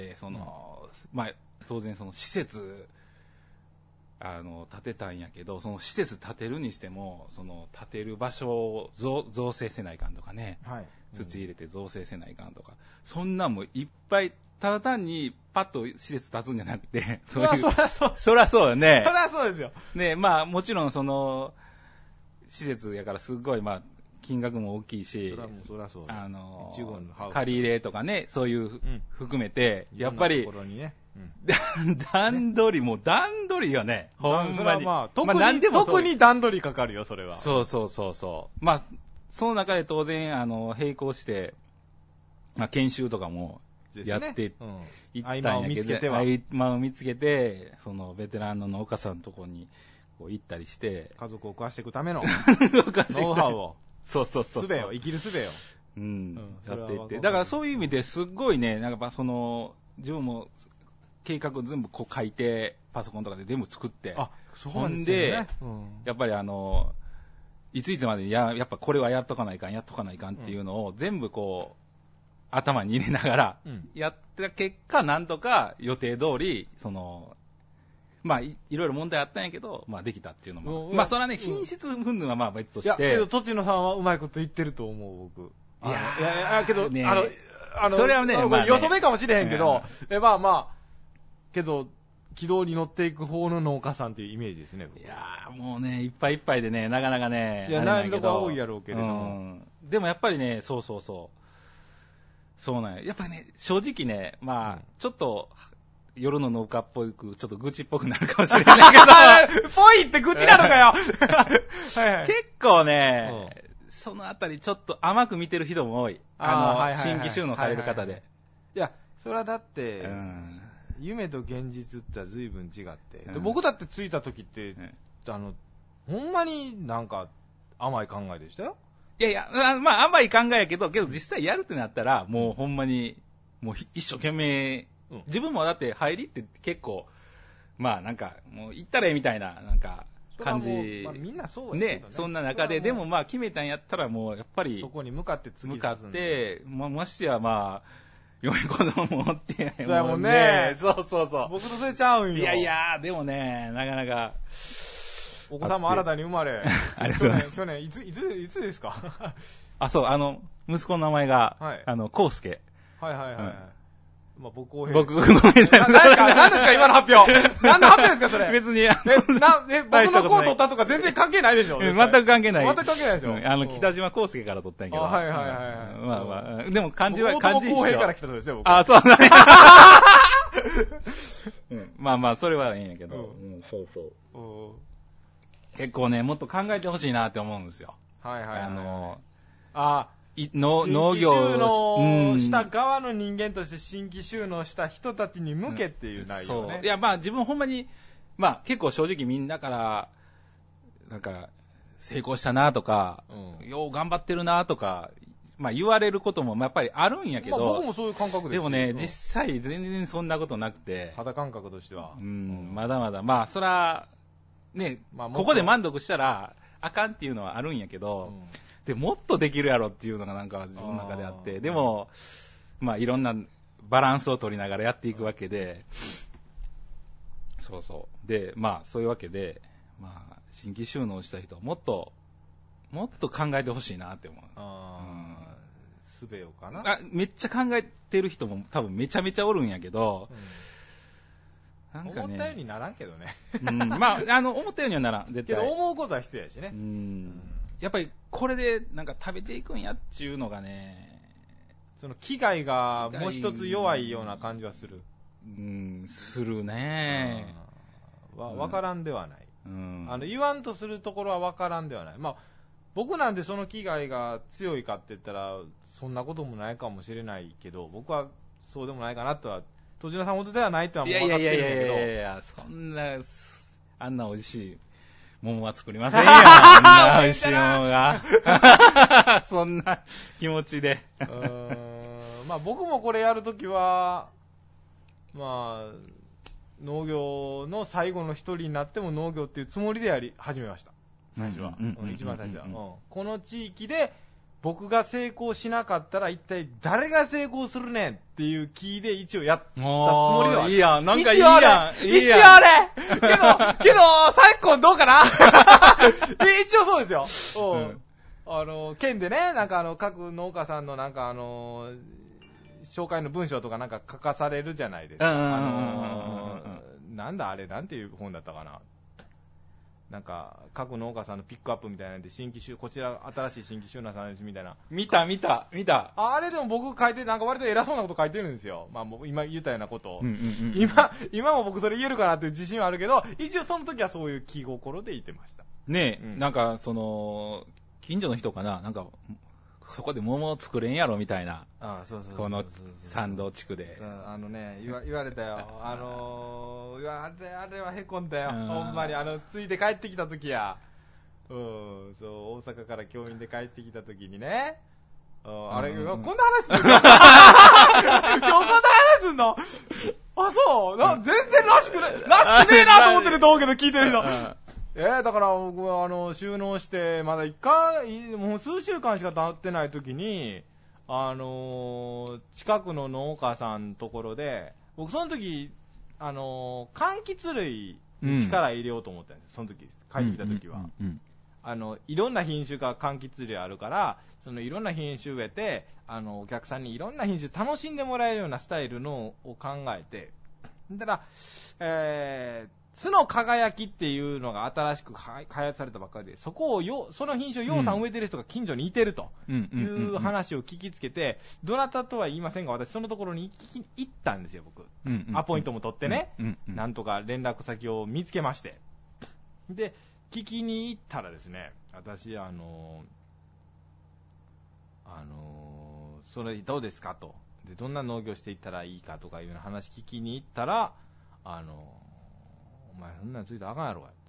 そのうんまあ、当然、その施設あの建てたんやけど、その施設建てるにしても、その建てる場所を 造, 造成せないかんとかね、はいうん、土入れて造成せないかんとか、そんなんもいっぱい、ただ単にパッと施設建つんじゃなくて、 そりゃそう、 そりゃそうよね。 そりゃそうですよ。 ね、まあ、もちろんその施設やからすごい、まあ、金額も大きいし、 そらもうそらそうあのー、借り入れとかね、そういう、うん、含めて、やっぱり、 ねうん、段取り、もう段取りよね、ほんまに。 まあ、特に、まあ、でも特に段取りかかるよ、それは。 そうそうそうそう。まあ、その中で当然、あの、並行して、まあ、研修とかもやっていったんやけど、ねうん、合間を見つけては。合間を見つけて、その、ベテランの農家さんのところに、こう行ったりして、 家族を食わしていくためのノウハウを、 そうそうそう。 すべを、生きるすべを。 うん。うん、やっていって。だからそういう意味ですっごいね、なんかその、自分も計画を全部こう書いて、パソコンとかで全部作って、 あ、そうなんですよね。 ほんで、うん、やっぱりあの、いついつまでにや、やっぱこれはやっとかないかん、やっとかないかんっていうのを全部こう、頭に入れながら、やった結果、なんとか予定通り、その、まあい、いろいろ問題あったんやけど、まあできたっていうのも。まあそれはね、品質云々はまあ別として。いや、 けど、栃野さんはうまいこと言ってると思う、僕。いやいやいや、けど、ね、あの、あの、 それはね、まあねよそ目かもしれへんけど、うん、えまあまあ、けど、軌道に乗っていく方の農家さんっていうイメージですね。 いやー、もうね、いっぱいいっぱいでね、なかなかね、 いや、難度が多いやろうけれども、 うん。でもやっぱりね、そうそうそう。そうなんや。やっぱりね、正直ね、まあ、ちょっと、 夜の農家っぽく、ちょっと愚痴っぽくなるかもしれないけど。 ぽいって愚痴なのかよはいはい、 結構ね、そのあたりちょっと甘く見てる人も多い。あの、はいはいはい、新規収納される方で。はいはいはい、 いや、それはだって、うん、夢と現実って随分違って、うん、で僕だって着いた時って、うん、あの、ほんまになんか甘い考えでしたよ。 いやいや、まあ甘い考えやけど、けど実際やるってなったら、もうほんまに、もう一生懸命、うん、自分もだって入りって結構、まあなんか、もう行ったらええみたいな、なんか、感じ。 まあ、みんなそうやね。ね、そんな中で、でもまあ決めたんやったらもうやっぱり、 そこに向かって突き進んで。 向かって、ま、ましてやまあ、嫁子供もおってないもんね。 そうやもんね。 そうそうそう。 僕とそれちゃうんよ。 いやいや、でもね、なかなか。 お子さんも新たに生まれ。 ありがとうございます。 去年、いつ、いつ、いつですかあ、そう、あの、息子の名前が、はい、あの、コウスケ。 はいはいはい。うん、まあ、僕、公平。 僕、ごめんなさい。何ですか何ですか今の発表。何の発表ですかそれ。 別に。 え、な、え、僕のコー取ったとか全然関係ないでしょ全く関係ない。 全く関係ないでしょ、 うん、あの、北島康介から取ったんやけど。 あ、はいはいはいはい。 まあまあ、でも漢字は、漢字一緒。 公平から来たとですよ、僕。 あ、そうだね。うん、まあまあ、それはいいんやけど。うん、そうそう。結構ね、もっと考えてほしいなって思うんですよ。 はいはいはい。 あの、 あ、 の農業新規収納した側の人間として新規収納した人たちに向けっていう内容ね。 そう。いやまあ自分ほんまに、まあ結構正直みんなから、なんか、成功したなとか、うん、よう頑張ってるなとか、まあ言われることもやっぱりあるんやけど、まあ、 僕もそういう感覚です。 でもね、実際全然そんなことなくて、 肌感覚としては。 うん、うん、まだまだ、まあそら、ね、まあ、ここで満足したらあかんっていうのはあるんやけど、うん、でもっとできるやろっていうのがなんか自分の中であって、でも、まあいろんなバランスを取りながらやっていくわけで、そうそう。で、まあそういうわけで、まあ新規収納した人はもっと、もっと考えてほしいなって思う。 ああ、すべよかな。 あ、めっちゃ考えてる人も多分めちゃめちゃおるんやけど、 うん、なんかね、思ったようにならんけどね。 うん、まあ、あの、思ったようにはならん。絶対。 けど思うことは必要やしね。 うん。やっぱりこれでなんか食べていくんやっていうのがね、 その危害がもう一つ弱いような感じはする。 うん、するね。 わ、わからんではない。 うん、 あの、言わんとするところはわからんではない。まあ、僕なんでその危害が強いかって言ったら、そんなこともないかもしれないけど、僕はそうでもないかなとは、戸島さんほどではないとはもう分かってるんだけど。いやいやいやいやいや、 そんな、あんな美味しい桃は作りませんよ。あんな美味しい桃が。そんな気持ちで。 うーん、まあ僕もこれやるときは、まあ、農業の最後の一人になっても農業っていうつもりでやり始めました。最初は。一番最初は、うん。この地域で僕が成功しなかったら一体誰が成功するねんっていう気で一応やったつもりではある。 いいやん、なんかいいやん。 一応あれけど、けど、昨今どうかな一応そうですよ。うん、あの、県でね、なんかあの、各農家さんのなんかあの、紹介の文章とかなんか書かされるじゃないですか。あの、なんだあれ、なんていう本だったかな。なんか、各農家さんのピックアップみたいなんで、新規収、こちら新しい新規収納さんですみたいな。 見た見た、見た。 あれでも僕書いて、なんか割と偉そうなこと書いてるんですよ。まあもう今言ったようなことを。うんうんうん、今、今も僕それ言えるかなっていう自信はあるけど、一応その時はそういう気心で言ってました。 ねえ、うん、なんかその、近所の人かな、なんか、そこで桃を作れんやろみたいな。 ああ、そうそうそうそう。 この山道地区で。 あのね、言わ、言われたよ。あのー、あれ、あれはへこんだよ。ほんまに、あの、ついで帰ってきた時や。うん、そう、大阪から教員で帰ってきた時にね。あれ、うんうん、こんな話すんの今日こんな話すんのあ、そうな、全然らしくない、らしくねえなと思ってると思うけど、聞いてる人。えー、だから僕はあの収納してまだ一回もう数週間しか経ってない時にあのー、近くの農家さんのところで僕その時あのー、柑橘類に力入れようと思ったんですよ、その時帰ってきた時は、うんうんうん、あのいろんな品種が柑橘類あるからそのいろんな品種植えてあのお客さんにいろんな品種楽しんでもらえるようなスタイルのを考えてだから、えー巣の輝きっていうのが新しく開発されたばっかりで、そこをよ、その品種をようさん植えてる人が近所にいてるという話を聞きつけて、どなたとは言いませんが、私そのところに聞きに行ったんですよ、僕。アポイントも取ってね、なんとか連絡先を見つけまして。で、聞きに行ったらですね、私、あの、あの、それどうですかと。で、どんな農業していったらいいかとかいうような話聞きに行ったら、あの、お前そんなんついたらあかんやろか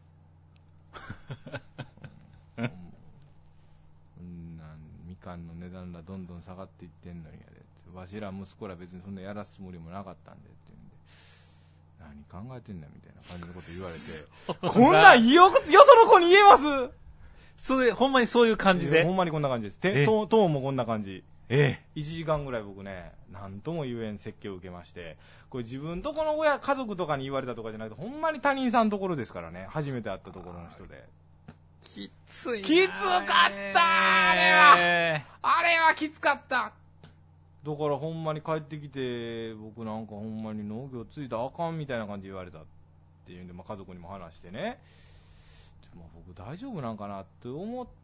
うん、なんみかんの値段らどんどん下がっていってんのにやで、わしら息子ら別にそんなやらすつもりもなかったんでって言うんで、何考えてんだみたいな感じのこと言われてこんなんよ、よその子に言えますそれほんまにそういう感じで、 ほんまにこんな感じです。トーンもこんな感じ。ええ、いちじかんぐらい僕ね、なんとも言えん説教を受けまして、これ自分とこの親、家族とかに言われたとかじゃなくて、ほんまに他人さんのところですからね、初めて会ったところの人で。 きついな。 きつかったあれはあれはきつかった。だからほんまに帰ってきて、僕なんかほんまに農業ついたらあかんみたいな感じで言われたっていうんで、まあ、家族にも話してね、でも僕大丈夫なんかなって思って、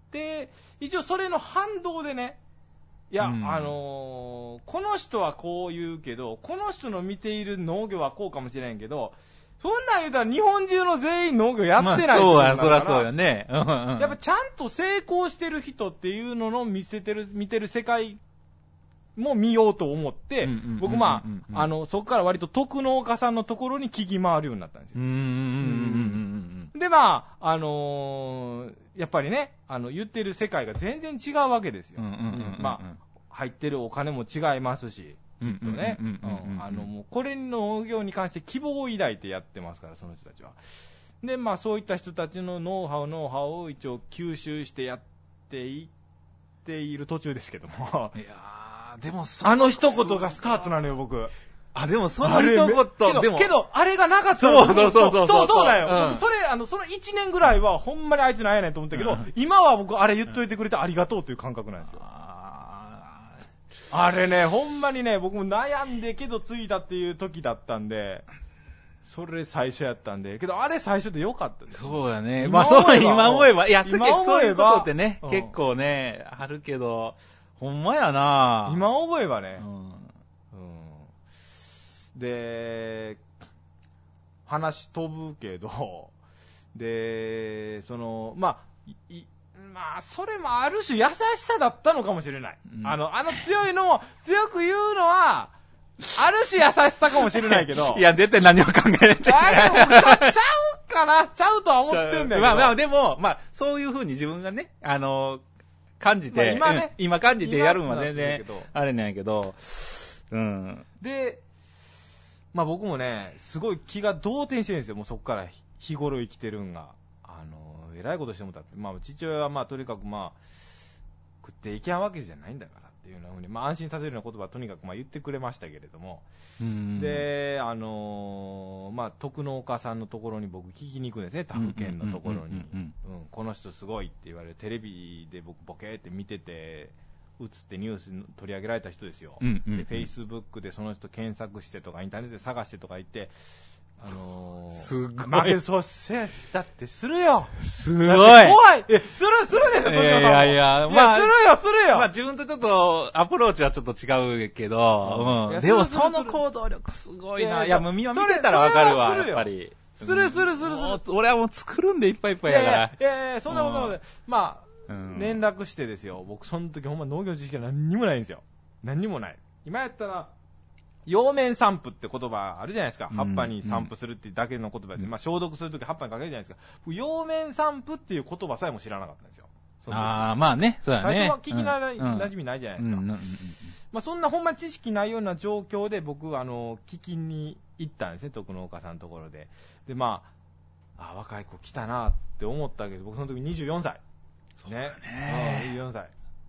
一応それの反動でね、いや、うん、あのー、この人はこう言うけど、この人の見ている農業はこうかもしれんけど、そんなん言うたら日本中の全員農業やってない、まあ、 そうや、そりゃそうやね。 やっぱちゃんと成功してる人っていうのの見せてる、見てる世界も見ようと思って、僕まあ、あの、そこから割と特農家さんのところに聞き回るようになったんですよ。で、まあ、あのー、やっぱりね、あの、言ってる世界が全然違うわけですよ。まあ、入ってるお金も違いますし、きっとね。あの、もう、これの農業に関して希望を抱いてやってますから、その人たちは。で、まあ、そういった人たちのノウハウ、ノウハウを一応吸収してやっていっている途中ですけども。いやー、でもあの一言がスタートなのよ、僕。 あ、でもその一言、 でも、けど、あれがなかったら、そうそうそうそう。 そうそうだよ。うん、僕、それ、あの、その一年ぐらいは、ほんまにあいつなんやねんと思ったけど、うん、今は僕、あれ言っといてくれてありがとうという感覚なんですよ。あ, あれね、ほんまにね、僕も悩んでけどついたっていう時だったんで、それ最初やったんで、けど、あれ最初でよかったです。 そうやね。まあ、そう、今思えば、いや、今思えば、そういうことってね、うん、結構ね、あるけど、ほんまやな今思えばね、うんで、話飛ぶけど、で、その、まあ、い、まあ、それもある種優しさだったのかもしれない。うん、あの、あの強いのも、強く言うのは、ある種優しさかもしれないけど。 いや、絶対何も考えない。 あれもちゃ、ちゃうかなちゃうとは思ってんだけど。 まあまあ、でも、まあ、そういうふうに自分がね、あの、感じて、まあ、今ね、うん、今感じてやるのは全然、あれなんやけど、うん。 で、まあ僕もね、すごい気が動転してるんですよ、もうそこから日頃生きてるんが。あの、えらいことしてもたって。まあ父親はまあとにかくまあ、食っていけんわけじゃないんだからっていうようなふうに、まあ安心させるような言葉はとにかくまあ言ってくれましたけれども。で、あのー、まあ特農家さんのところに僕聞きに行くんですね、他府県のところに。この人すごいって言われる、テレビで僕ボケーって見てて、映ってニュースに取り上げられた人ですよ。うんうんうん、で、Facebook でその人検索してとか、インターネットで探してとか言って、あのー、 すごい。 まあ、そうせ、だってするよ。 すごい。 怖い。え、する、するですよ、 いやいやいや、まあ、 するよ、するよ。 まあ、自分とちょっと、アプローチはちょっと違うけど、うん。でも、その行動力すごいな。いや、もう見てたらわかるわ、やっぱり。 する、する、する、する。 俺はもう作るんでいっぱいいっぱいやから。 いやいや、そんなことない。まあ、うん、連絡してですよ。僕その時ほんま農業知識が何にもないんですよ。何にもない。今やったら葉面散布って言葉あるじゃないですか。うん、葉っぱに散布するっていうだけの言葉で、うん、まあ消毒する時葉っぱにかけるじゃないですか。葉面散布っていう言葉さえも知らなかったんですよ。 ああ、まあね、そうだね。 最初は聞きなら、うん、馴染みないじゃないですか。うんうんうん、まあそんなほんま知識ないような状況で僕あの聞きに行ったんですね。特農家さんのところで。でまあ、あ若い子来たなって思ったけど、僕その時にじゅうよんさい。 ね、ねにじゅうよんさい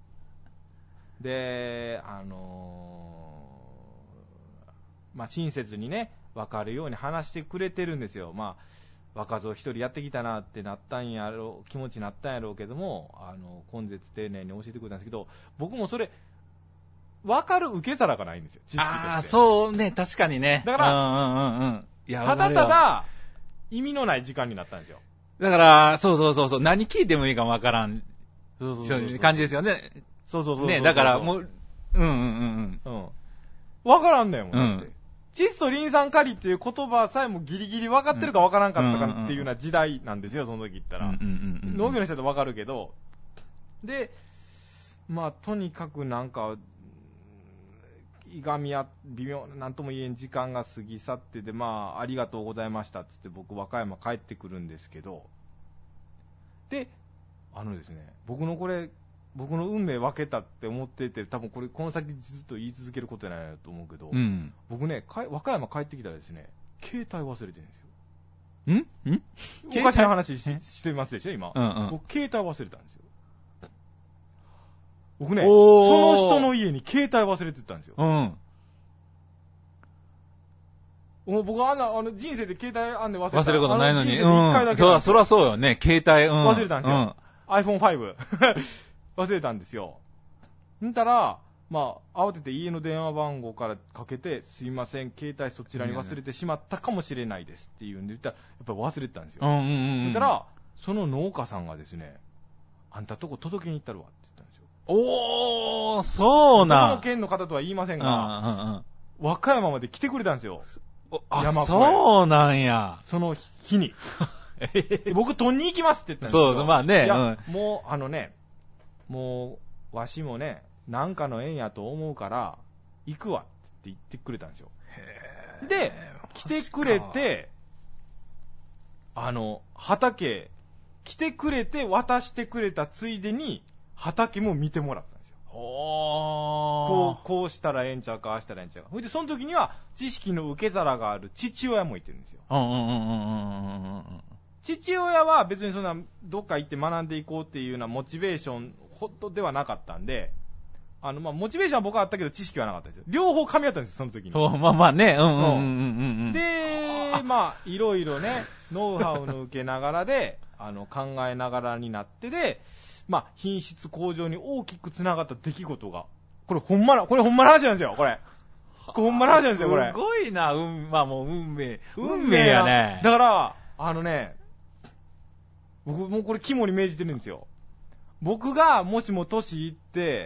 で、あのー、まあ親切にね分かるように話してくれてるんですよ。まあ若造一人やってきたなってなったんやろう、気持ちになったんやろうけども、あの根絶丁寧に教えてくれたんですけど、僕もそれ分かる受け皿がないんですよ、知識として。 ああ、そうね、確かにね。 だから、 うんうんうん、いやただただ意味のない時間になったんですよ。 だから、そうそうそうそう、何聞いてもいいかもわからん、そうそうそう感じですよね。 そうそうそうそう。 ね、だからもう、うんうんうんうん。うん。 わからんだよ、もう。うん。窒素リン酸カリっていう言葉さえもギリギリ分かってるか分からんかったかっていうような時代なんですよ、その時言ったら。農業の人だと分かるけど。で、まあ、とにかくなんか、いがみや、微妙、なんとも言えん時間が過ぎ去ってで、まあ、ありがとうございましたっつって僕、和歌山帰ってくるんですけど、で、あのですね、僕のこれ、僕の運命分けたって思ってて、多分これこの先ずっと言い続けることじゃないと思うけど、うん、僕ね、和歌山帰ってきたらですね、携帯忘れてるんですよ。んんおかしな話 し, してますでしょ、今。うんうん、僕、携帯忘れたんですよ。僕ね、その人の家に携帯忘れてたんですよ。うん。僕はあんな、あの、人生で携帯あんで忘れた。 忘れることないのに。うん。一回だけそう、そらそうよね、携帯、うん。 忘れたんですよ。うん、アイフォンファイブ 忘れたんですよ。んたら、まあ、慌てて家の電話番号からかけて、すいません、携帯そちらに忘れてしまったかもしれないですっていうんで言ったら、やっぱり忘れてたんですよ。うんうんうん。んたら、その農家さんがですね、あんたとこ届けに行ったるわって言ったんですよ。 おー、そうな。 どの県の方とは言いませんが、うんうんうん、和歌山まで来てくれたんですよ。 あ、そうなんや。 その日に。僕、取りに行きますって言ったんですよ。 そう、まあね。 いや、うん、もう、あのね、もう、わしもね、なんかの縁やと思うから、行くわって言ってくれたんですよ。へで、来てくれて、あの、畑、来てくれて渡してくれたついでに、畑も見てもらったんですよ。こう、こうしたらええんちゃうか、ああしたらええんちゃうか。ほいで、その時には、知識の受け皿がある父親もいてるんですよ。うんうんうんうんうんうん。父親は別にそんな、どっか行って学んでいこうっていうようなモチベーションほどではなかったんで、あの、まあ、モチベーションは僕はあったけど、知識はなかったですよ。両方噛み合ったんですよ、その時に。 そう、まあまあね、うんうんうんうんうん。 で、まあ、いろいろね、ノウハウの受けながらで、あの、考えながらになってで、まあ、品質向上に大きくつながった出来事が、これほんまな、これほんまの話なんですよ、これ。これほんまの話なんですよ、これ。 すごいな、うん、まあもう運命。運命やね。 だから、あのね、僕もうこれ肝に銘じてるんですよ。僕がもしも年いって、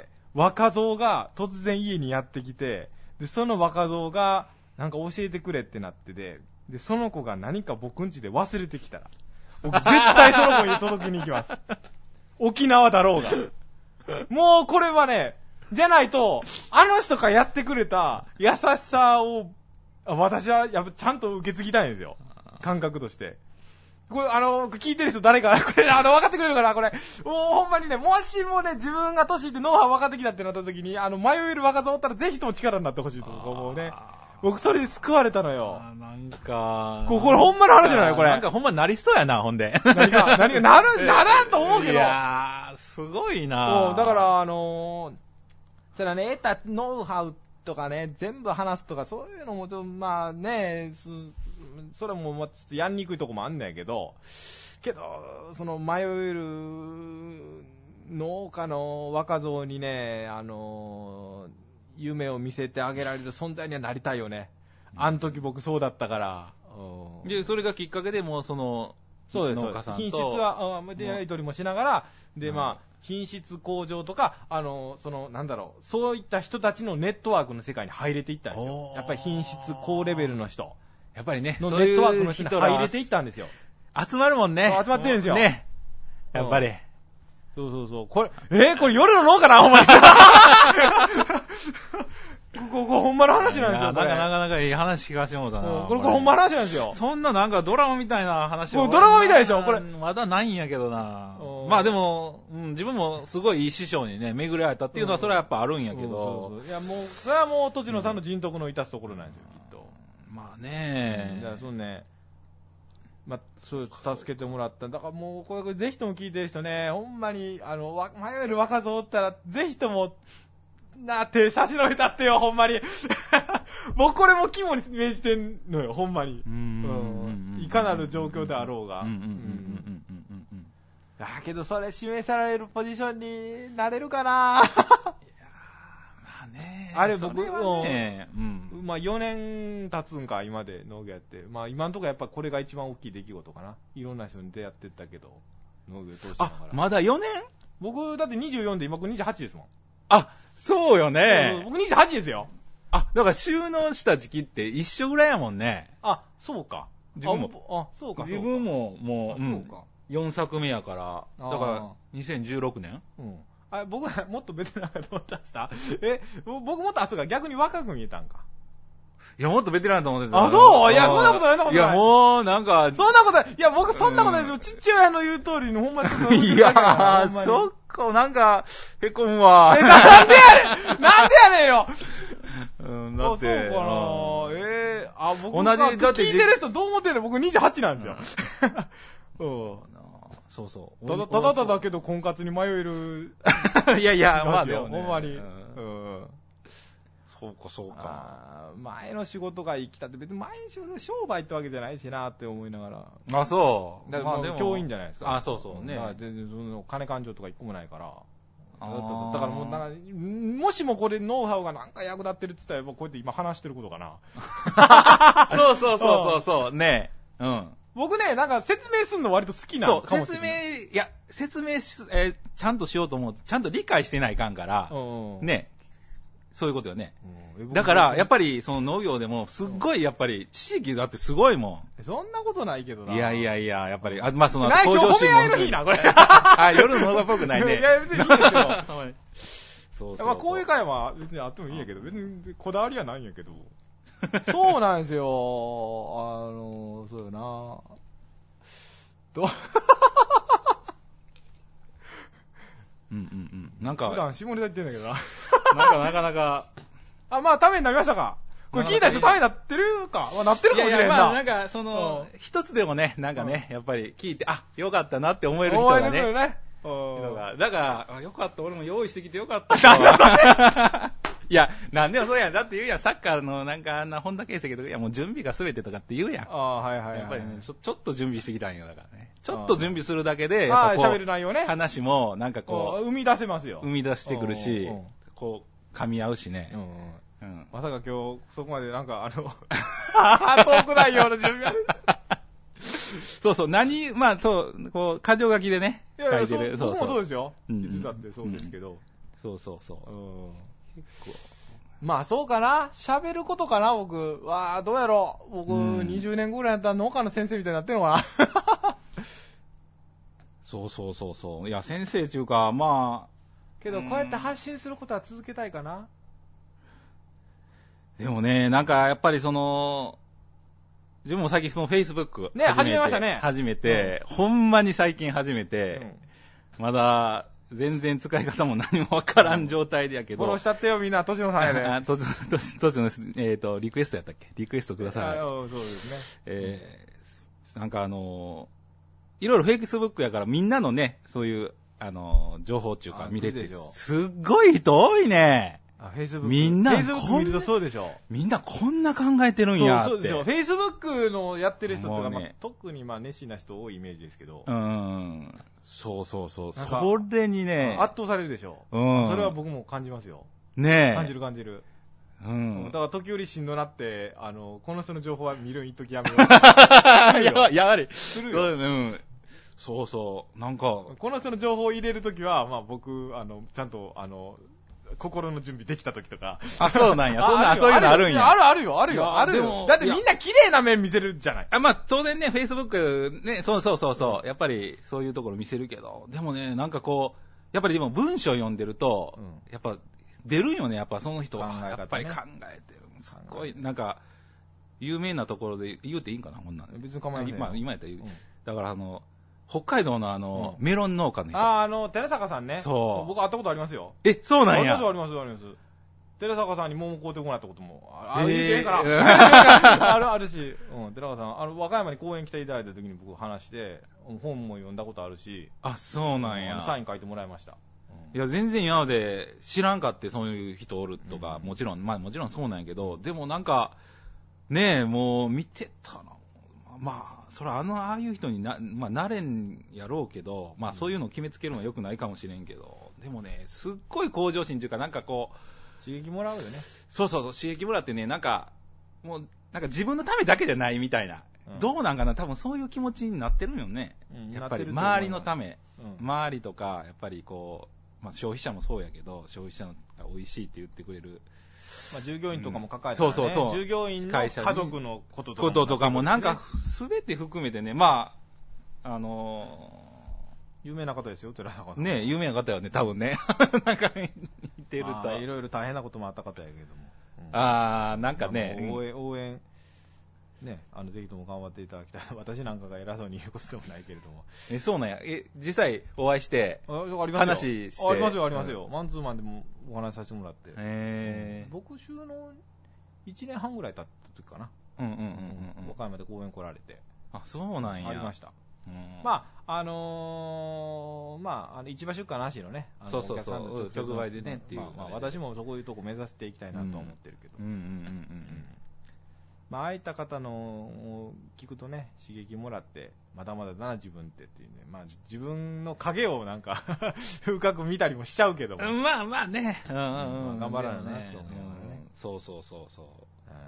若造が突然家にやってきて、で、その若造がなんか教えてくれってなってて、で、その子が何か僕ん家で忘れてきたら、僕絶対その子に届けに行きます。沖縄だろうが。もうこれはね、じゃないと、あの人がやってくれた優しさを、私はやっぱちゃんと受け継ぎたいんですよ。感覚として。これ、あの、聞いてる人誰か、これ、あの、分かってくれるかなこれ。もう、ほんまにね、もしもね、自分が年いってノウハウ分かってきたってなった時に、あの、迷える若造おったら、ぜひとも力になってほしいと思うね。僕、それで救われたのよ。 あなんかこ、これ、ほんまの話じゃないこれ。 なんか、ほんまなりそうやな、ほんで。 何が、何が、なる、ならんと思うけど。いやー、すごいなだから、あのー、それはね、得たノウハウとかね、全部話すとか、そういうのもちょっと、まあね、それもまあちょっとやんにくいとこもあんねんけど、けど、その迷える農家の若造にね、あのー、夢を見せてあげられる存在にはなりたいよね。あの時僕そうだったから。 うん、で、それがきっかけでもうその、 そうです、農家さんと品質は、あやり取りもしながら、で、まあ、品質向上とか、あの、その、なんだろう、そういった人たちのネットワークの世界に入れていったんですよ。やっぱり品質高レベルの人。 やっぱりね、 のネットワークの人に入れていったんですよ。 集まるもんね。 集まってるんですよ。 ね。やっぱり。 そうそうそう。これ、えー、これ夜の脳かなほんまに。ここ、ほんまの話なんですよ。 なかなかなかいい話聞かせてもらったな。 これ、これほんまの話なんですよ。 そんななんかドラマみたいな話を。ドラマみたいでしょこれ。 まだないんやけどな。まあでも、うん、自分もすごいいい師匠にね、巡り会えたっていうのはそれはやっぱあるんやけど。 そうそうそう。いやもう、それはもう、栃野さんの人徳の致すところなんですよ、きっと。 まあね、 うん、だからそうね、まあ、そう助けてもらった。だからもうこれぜひとも聞いてる人ね、ほんまにあの迷える若造おったらぜひともな手差し伸べたってよほんまに。僕これも肝に銘じてんのよほんまに。うん、いかなる状況であろうが。だけどそれ示されるポジションになれるかな。いやまあね。あれ僕はね、うん、 まあよねん経つんか、今で農業やって。まあ今のところやっぱこれが一番大きい出来事かな。いろんな人に出会ってったけど、農業通しながら。 あ、まだよねん？ 僕、だってにじゅうよんで今僕にじゅうはちですもん。 あ、そうよね。 僕にじゅうはちですよ。 あ、だから収納した時期って一緒ぐらいやもんね。 あ、そうか。 自分も。 あ、そうか。 自分ももう、そうか。よんさくめやから、だからにせんじゅうろくねん？ うん。あ、僕はもっとベテランかと思ってました。え、僕もっと、あ、そうか、逆に若く見えたんか。 いや、もっとベテランだと思ってた。 あ、そういや、そんなことない、そんなことない。 いや、もう、なんか。 そんなことない。いや、僕そんなことない。うん、父親の言う通りのほんまに。 いやー、そっか、なんか、へこむわ。 え、なんでやねんなんでやねんようん、だって。 あ、そうかなえー、あ、僕同じ、だって聞いてる人どう思ってんの？僕にじゅうはちなんですよ。うん。 そうそう。 ただ、ただただけど婚活に迷える。 いやいや、まあでも、 ね、ほんまに。うん。 そうか、そうか。 前の仕事が生きたって、別に前の仕事で商売ってわけじゃないしなって思いながら。 あ、そう。 だから、まあ、教員じゃないですか。 あ、そうそうね。 全然、その、金勘定とか一個もないから。だ, だからもう、なんか、もしもこれノウハウがなんか役立ってるって言ったら、こうやって今話してることかな。そうそうそうそうそう、ねうん。 僕ね、なんか説明するの割と好きなのかもしれない。 そう、説明、いや、説明し、えー、ちゃんとしようと思うと、ちゃんと理解してないかんから、うん、ね、そういうことよね。うん、だから、やっぱり、その農業でも、すっごい、やっぱり、知識だってすごいもん。 そんなことないけどな。 いやいやいや、やっぱり、あ、まあ、その、 向上心も。今日褒め合いの日な、これ。 あ、夜の農家っぽくないね。 いや、別にいいですけど。 そうそうそう。 まあ、こういう会は別にあってもいいんやけど、別にこだわりはないんやけど。そうなんですよ。あの、そうよな。どうんうんうん。なんか。 普段下ネタ言ってんだけどな。 なんかなかなか。 あ、まあ、ためになりましたか？これ聞いた人ためになってるかまあ、なってるかもしれんな。いやいや、まあ、 なんか、その、一つでもね、なんかね、やっぱり聞いて、あ、よかったなって思える人がね。思えるね。だから、よかった、俺も用意してきてよかった。いや、なんでもそうやん。だって言うやん、サッカーのなんかあんな本田圭佑とか、いやもう準備が全てとかって言うやん。 ああ、はいはい、はい。 やっぱりねちょ、ちょっと準備してきたんよ、だからね。ちょっと準備するだけで、 やっぱこう、喋る内容ね。 話も、なんかこう、 生み出せますよ。 生み出してくるし、こう、噛み合うしね。 うん。まさか今日、そこまでなんかあの、トーク内容の準備ある。 そうそう、何、まあそう、こう、箇条書きでね、 いやいや書いてる。そうそう。僕もそうですよ。いつだってそうですけど。 そうそうそう。うん。 結構。まあそうかな喋ることかな僕。わあどうやろう僕、うん、にじゅうねんぐらいやったら農家の先生みたいになってるのかなそうそうそうそう。いや、先生っていうか、まあ。 けど、こうやって発信することは続けたいかな。 でもね、なんかやっぱりその、自分も最近その Facebook ね、始めましたね。 初めて、うん、ほんまに最近始めて、うん、まだ、全然使い方も何もわからん状態でやけど。 フォローしたってよみんな、年野さんやで。 あ、年野です。えっと、リクエストやったっけリクエストください。 そうですね。 えー、なんかあのー、いろいろ Facebook やからみんなのね、そういう、あのー、情報っていうか見れて、すっごい人多いね。 あ、Facebook。 みんな、 Facebook 見るとそうでしょ。 みんなこんな考えてるんやって。 そうそうでしょ。Facebook のやってる人ってのは、ねまあ、特にまあ熱心な人多いイメージですけど。 うん。そうそうそう。それにね。 圧倒されるでしょ。うん。それは僕も感じますよ。 ねえ。 感じる感じる。うん。だから時折しんどなって、あの、この人の情報は見るん一時やめよう。 やばい、やばい。 するよ。 うん。そうそう。なんか。 この人の情報を入れるときは、まあ僕、あの、ちゃんと、あの、心の準備できた時とか。 あ、そうなんや。そんな、そういうのあるんや。 あるあるよ、あるよ、あるよ。だってみんな綺麗な面見せるじゃない。 あ、まあ、当然ね、Facebook ね、そうそうそうそう、やっぱりそういうところ見せるけど、でもね、なんかこう、やっぱりでも文章読んでると、うん、やっぱ出るんよね、やっぱその人は。やっぱり考えてる。すっごい、なんか、有名なところで言うていいんかな、こんなん。 別に構わない。 まあ、今やったら言う。うん、だからあの、北海道のあの、うん、メロン農家の人。 ああ、あの、寺坂さんね。 そう。 僕会ったことありますよ。 え、そうなんや。 あります、あります、あります。寺坂さんに桃買うてもらったことも、あ、言うてええから。ある、あるし、うん、寺坂さん、あの、和歌山に公演来ていただいた時に僕話して、本も読んだことあるし。 あ、そうなんや。 サイン書いてもらいました。 いや、全然今まで知らんかってそういう人おるとか、うん、もちろん、まあもちろんそうなんやけど、でもなんか、ねえ、もう見てたな。まあ、それはあの、ああいう人にな、まあ、なれんやろうけど、まあ、そういうのを決めつけるのは良くないかもしれんけど、でもね、すっごい向上心というか、なんかこう、 刺激もらうよね。 そうそうそう、刺激もらってね、なんか、 もう、なんか自分のためだけじゃないみたいな。うん、どうなんかな、多分そういう気持ちになってるよね。うん、やっぱり周りのため、うん、周りとか、やっぱりこう、まあ、消費者もそうやけど、消費者が美味しいって言ってくれる。 まあ、従業員とかも抱えて、ね、うん、そうそうそう。従業員の家族のこととかも、ね、 こととかもなんか、すべて含めてね、まあ、あのー、有名な方ですよ、寺坂さん。ね、有名な方よね、多分ね。なんか、似てると。 いろいろ大変なこともあった方やけども。 うん、あー、なんかね。 応援、応援。ね、あのぜひとも頑張っていただきたい。私なんかが偉そうに言うことでもないけれども。 え、そうなんや。え、実際お会いして、話して。 ありますよ、ありますよ。マンツーマンでもお話しさせてもらって。 へー。 僕就農いちねんはんぐらい経った時かな。 うんうんうんうん。 和歌山で講演来られて。 あ、そうなんや。 ありました。うん、まあ、あのー、まあ、あの市場出荷なしのね、あのそうそうそう、直売でねっていう。 まあ、まあ、私もそういうとこ目指していきたいなと思ってるけど。 うんうんうんうん。 まあ、ああいった方のを聞くとね、刺激もらって、まだまだだな、自分ってっていうね、まあ、自分の影をなんか、深く見たりもしちゃうけども。 まあまあね、 うんうんうん、頑張らないなと思うね。 そうそうそうそう。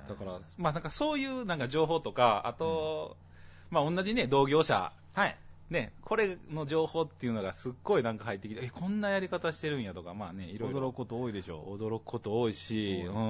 だから、まあなんかそういうなんか情報とか、あと、うん、まあ同じね、同業者。 はい。 ね、これの情報っていうのがすっごいなんか入ってきて、え、こんなやり方してるんやとか、まあね、いろいろ。 驚くこと多いでしょう。 驚くこと多いし、うん。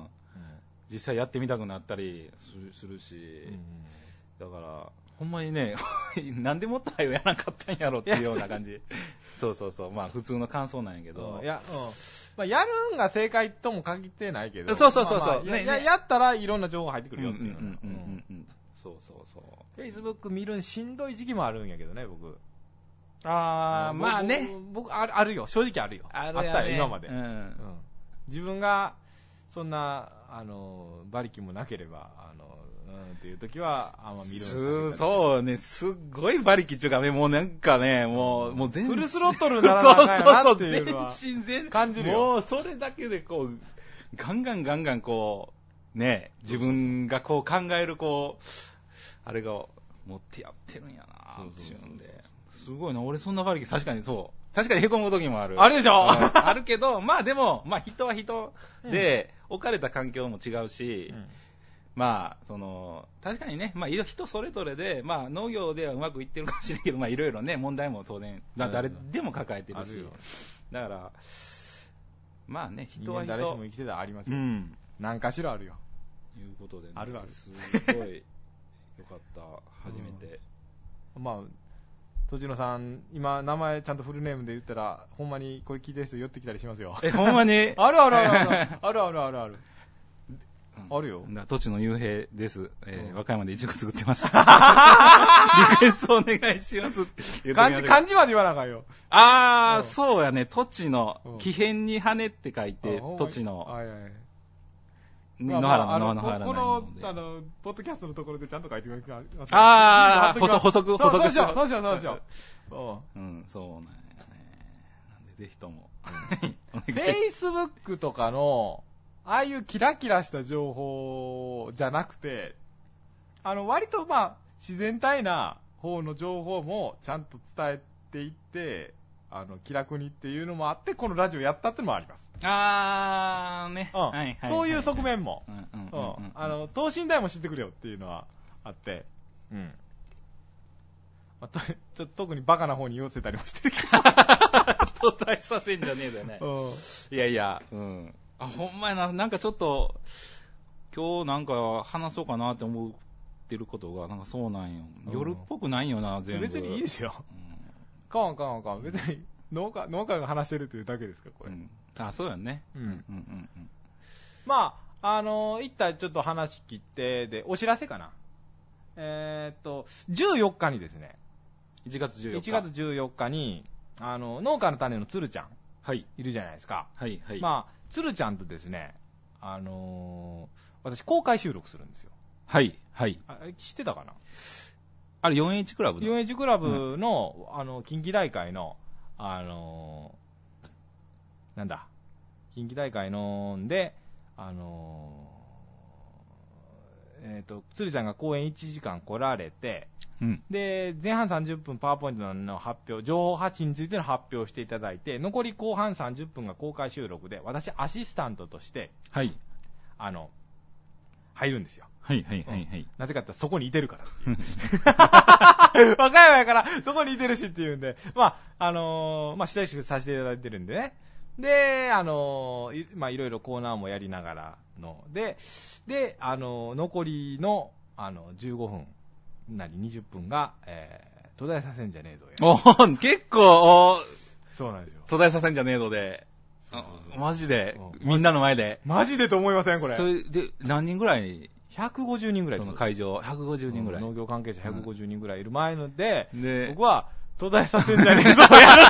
実際やってみたくなったりするし、うん、だからほんまにねなんでもっと早くやらなかったんやろっていうような感じそうそうそう、まあ普通の感想なんやけど、 うん、いや、うん、まあ、やるんが正解とも限ってないけど、 そうそうそうそう、まあまあね、や, やったらいろんな情報入ってくるよっていうの、 そうそうそう、 Facebook 見るんしんどい時期もあるんやけどね、僕。 あー、まあね、 僕、僕あるあるよ、正直あるよ、 ある、 ね、あったよ今まで、 うんうん、 自分がそんなあの馬力もなければあの、うん、っていう時はあんま見るのそうね、すっごい馬力っていうかね、もうなんかね、もう、もう全フルスロットルにならなあかんやなっていうのは全身全感じるよ。 もうそれだけでこうガンガンガンガンこうね、自分がこう考えるこうあれが持ってやってるんやなっていうんで、すごいな、俺そんな馬力確かにそう。確かに凹む時もある。 あるでしょ、うん、 あるけど、まあでも、まあ人は人で、置かれた環境も違うし、うん、まあ、その、確かにね、まあ人それぞれで、まあ農業ではうまくいってるかもしれないけど、まあいろいろね、問題も当然、誰でも抱えてるし、だから、まあね、人は人。 誰しも生きてたらありますよ。うん、何かしらあるよ。 いうことでね。 あるある。 すごい、よかった、初めて。 うん、まあ、栃野さん、今、名前ちゃんとフルネームで言ったら、ほんまにこれ聞いてる人寄ってきたりしますよ。 え、ほんまにあるあるあるある。あるあるあるある。あるよ。 栃野雄平です。えーうん、和歌山でイチゴ作ってます。リクエストお願いしますって言って漢字、漢字まで言わなあかんよ。 あー、そうやね。栃野、木偏に羽って書いて、栃野。 はいはい。 野原の野の原の。 この、あの、ポッドキャストのところでちゃんと書いてくれる。 あー、補足、補足、補足。 そうしよう、そうしよう、そうしよう。うん、そうなんやね。なんでぜひとも。 フェイスブックとかの、ああいうキラキラした情報じゃなくて、あの、割とまあ、自然体な方の情報もちゃんと伝えていって、あの、気楽にっていうのもあって、このラジオやったってのもあります。 あーね、 うん、はいはいはいはい、そういう側面も、あの、等身大も知ってくれよっていうのはあって、うん。まあ、ちょっと特にバカな方に寄せたりもしてるけど。途絶えさせんじゃねえだよね。いやいや、うん。あ、ほんまやな、なんかちょっと、今日なんか話そうかなって思ってることが、なんかそうなんよ。夜っぽくないよな、全部。 別にいいですよ。うん、かわんかわんかわん。別に農家、農家が話してるというだけですか、これ。うん、 あ、そうやね。 うん。うんうんうん。まあ、あのー、一体ちょっと話切って、で、お知らせかな。えー、っと、じゅうよっかにですね。 いちがつじゅうよっか。 いちがつじゅうよっかに、あの、農家の種のつるちゃん。 はい。 いるじゃないですか。 はい、はい。 まあ、つるちゃんとですね、あのー、私公開収録するんですよ。 はい、はい。 あ、知ってたかな？ あれ フォーエイチ クラブのフォーエイチ クラブの、うん、あの、近畿大会の、あのー、なんだ、近畿大会のんで、あのー、えっ、ー、と、つるちゃんが講演いちじかん来られて、うん、で、前半さんじゅっぷんパワーポイントの発表、情報発信についての発表をしていただいて、残り後半さんじゅっぷんが公開収録で、私アシスタントとして、 はい。 あの、 入るんですよ。 はいはいはいはい。 なぜかってそこにいてるからっていう。和歌山やからそこにいてるしっていうんで、まあ、あのー、まあ、親しくさせていただいてるんでね。で、あのー、まあ、いろいろコーナーもやりながらの、で、で、あのー、残りの、あの、じゅうごふんなりにじゅっぷんが、えー、途絶えさせんじゃねえぞや。 お結構、 そうなんですよ。 途絶えさせんじゃねえぞで、そうそうそうマジで、みんなの前で。 マジでと思いませんこれ。 それで、何人ぐらいひゃくごじゅうにんぐらい。 その会場、ひゃくごじゅうにんぐらい。 農業関係者ひゃくごじゅうにんぐらいいる前ので、 うん、で僕は、途絶えさせんじゃねえぞをやるって。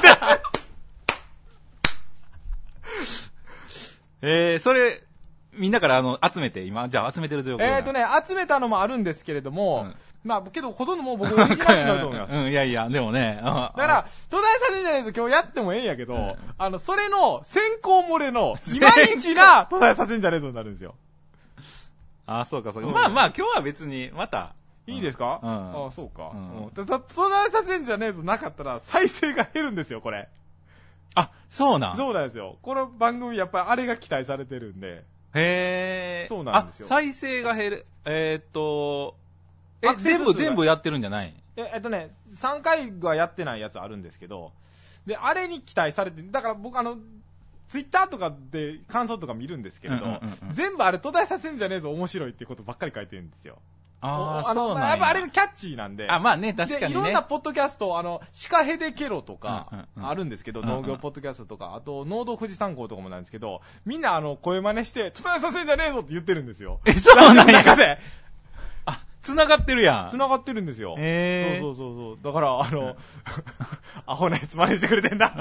えー、それ、みんなからあの、集めて、今、じゃあ集めてる状況。 えーとね、集めたのもあるんですけれども、うん、まあ、けど、ほとんどもう僕オリジナルになると思います。 うん、いやいや、でもね。 だから、途絶えさせんじゃねえぞ今日やってもええんやけど、うん、あの、それの先行漏れの、いまいちな途絶えさせんじゃねえぞになるんですよ。 ああ、そうか、そうか。うん、まあまあ、今日は別に、また。 いいですか、うん、ああ、そうか。 うん。 途絶えさせんじゃねえぞなかったら、再生が減るんですよ、これ。 あ、そうなんそうなんですよ。この番組、やっぱりあれが期待されてるんで。 へー。 そうなんですよ。 あ、再生が減る。えー、っと、え、全部、全部やってるんじゃないえ、えっとね、さんかいはやってないやつあるんですけど、で、あれに期待されて、だから僕あの、ツイッターとかで感想とか見るんですけれど、うんうんうんうん、全部あれ途絶えさせんじゃねえぞ面白いってことばっかり書いてるんですよ。 ああ、そうなんや。 やっぱあれがキャッチーなんで。 あ、まあね、確かにね。 いろんなポッドキャスト、あの、シカヘデケロとか、あるんですけど、うんうんうん、農業ポッドキャストとか、あと、農道富士山号とかもなんですけど、みんなあの、声真似して、途絶えさせんじゃねえぞって言ってるんですよ。 え、そうなんや。 中で。 あ、繋がってるやん。 繋がってるんですよ。 へー。 そうそうそうそう。だから、あの、アホなやつ真似してくれてんだ。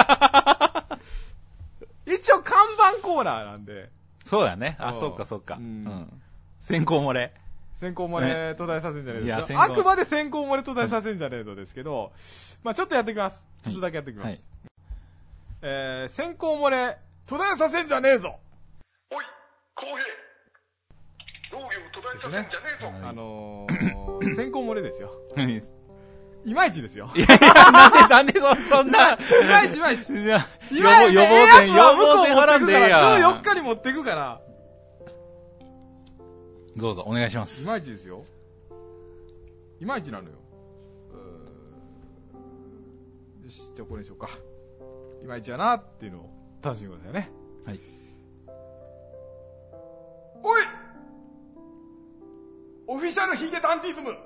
一応看板コーナーなんで。 そうだね。あ、そっかそっか。うん。先行漏れ。 先行漏れ途絶えさせんじゃねえぞ。あくまで先行漏れ途絶えさせんじゃねえぞですけど、まあちょっとやっていきます。ちょっとだけやっていきます。はい、えー、先行漏れ途絶えさせんじゃねえぞ。 おい、公平。農業途絶えさせんじゃねえぞ。 ね、あのー、先行漏れですよ。いまいちですよ。 いやいや、なんで、なんでそ、そんな。 いまいちいまいち。いや、 予防、予防線、予防線払んでええやん。 そのよっかに持ってくから。 どうぞ、お願いします。 いまいちですよ。いまいちなのよ。よし、じゃあこれにしようか。いまいちやなっていうのを楽しみくださいね。 はい。 おい！オフィシャルヒゲダンディズム！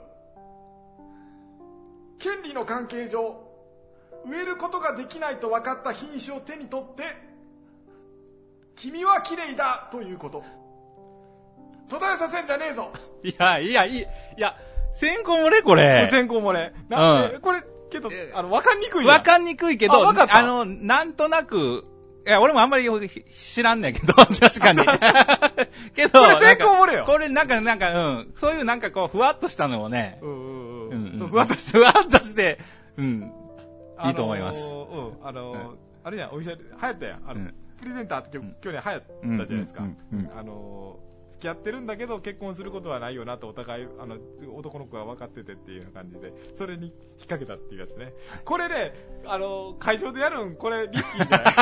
権利の関係上、植えることができないと分かった品種を手に取って、君は綺麗だということ。途絶えさせんじゃねえぞ。 いや、いや、いい、いや、先行漏れこれ。 先行漏れ。なんで、うん、これ、けど、あの、わかんにくいやん。 わかんにくいけど、 あ、 あの、なんとなく、いや、俺もあんまり知らんねんけど、確かに。けど、 これ先行漏れよ。 これなんか、なんか、うん。そういうなんかこう、ふわっとしたのをね。 うんうんうん。 うん、 そう、ふわっとして、 ふわっとして、うん。いいと思います。 あのー、うん。あのー、うん、あれやん、お医者、流行ったやん。あの、うん、プレゼンターって去年流行ったじゃないですか。うんうんうん、あのー、付き合ってるんだけど結婚することはないよなとお互いあの男の子が分かっててっていうような感じでそれに引っ掛けたっていうやつね。これね、あの会場でやるんこれリスキーじゃない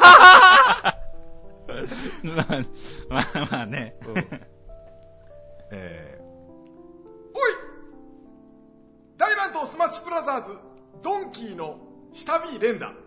まあまあまあね、うん、 えー、 おい大乱闘スマッシュブラザーズドンキーの下見連打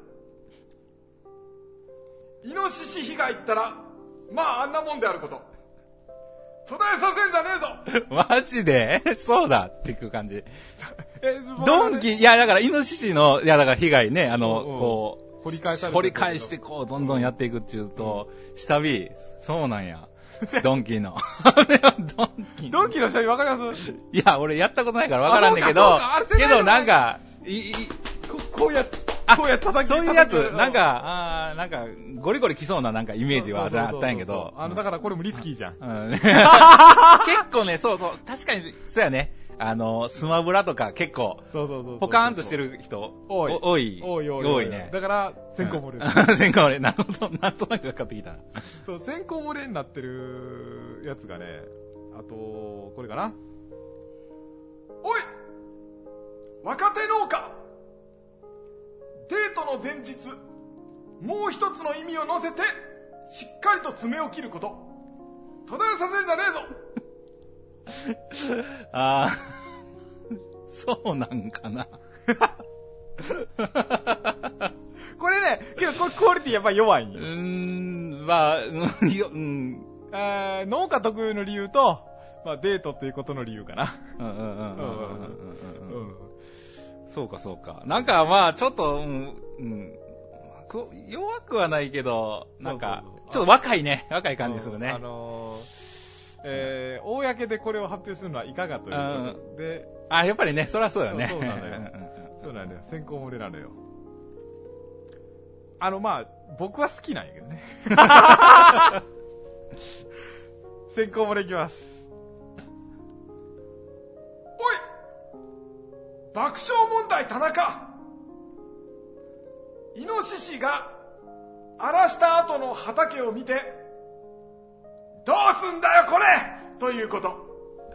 イノシシ被害ったらまああんなもんであること途絶えさせんじゃねえぞマジでそうだっていう感じ。え、ドンキ、いやだからイノシシの、いやだから被害ね、あの、うんうん、こう、 掘り返されて掘り返してこう、どんどんやっていくっていうと、うん、下火、そうなんや。ドンキの。 ドンキドンキの下火わかります？ いや、俺やったことないからわからんねんけど、けどなんか、い、い、 ここうやって、こうやって叩きそういうやつ、なんか、あーなんか、ゴリゴリ来そうななんかイメージはあったんやけど。 あの、だからこれもリスキーじゃん。 うん、結構ね、そうそう、確かに、そうやね。あの、スマブラとか結構、 そうそうそう。 ポカーンとしてる人、多い。多い。 多い、多い。 多いね。 だから、先行漏れ。 先行漏れ。なるほど。なんとなく分かってきた。 そう、先行漏れになってるやつがね、あと、これかな。 おい若手農家デートの前日、もう一つの意味を乗せて、しっかりと爪を切ること。途絶えさせんじゃねえぞああ、そうなんかな。 これね、けどこれクオリティやっぱり弱いんよ。 うーん、まあ、うん、 えー、農家特有の理由と、まあデートっていうことの理由かな。 うんうんうんうんうんうんうん。そうかそうか。なんかまあちょっと、うん、うん、弱くはないけど、なんか、そうそうそう、ちょっと若いね、若い感じするね。 あのー、えー、公でこれを発表するのはいかがということで。 あ、やっぱりね、そりゃそうよね。 そうなのよ。そうなんだよ。先行漏れなのよ。あの、まあ、僕は好きなんやけどね。先行漏れいきます。おい！爆笑問題田中！イノシシが荒らした後の畑を見て、どうすんだよこれ！ということ。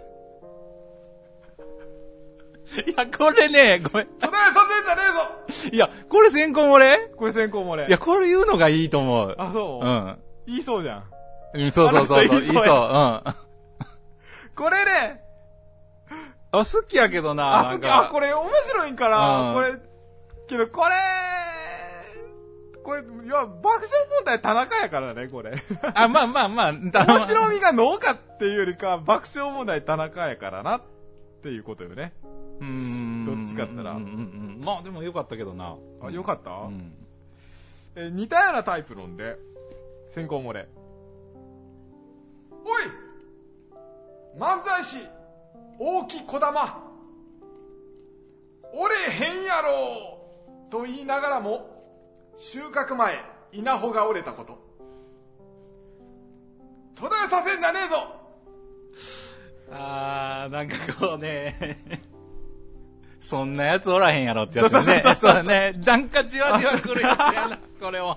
いや、これね、ごめん。 途絶えさせんじゃねえぞ。いや、これ先行漏れ？ これ先行漏れ。 いや、これ言うのがいいと思う。 あ、そう？うん。言いそうじゃん。 うん、そうそうそうそう、言いそう。うん。 これね、 あ、好きやけどな。 あ、好き、あ、これ面白いんかな、うん、これ、けどこれ、これ、いや、爆笑問題田中やからね、これ。 あ、まあまあまあ、面白みが農家っていうよりか、爆笑問題田中やからな、っていうことよね。 うーん。 どっちかったら。うんうんうん。まあでもよかったけどな。 あ、よかった、うん、え、似たようなタイプ論で、先行漏れ。おい！漫才師、大木小玉。折れへんやろと言いながらも、収穫前、稲穂が折れたこと。途絶えさせんじゃねえぞ。 あー、なんかこうね、そんなやつおらへんやろってやつね。そうそうね。なんかじわじわ来るやつやな、これも。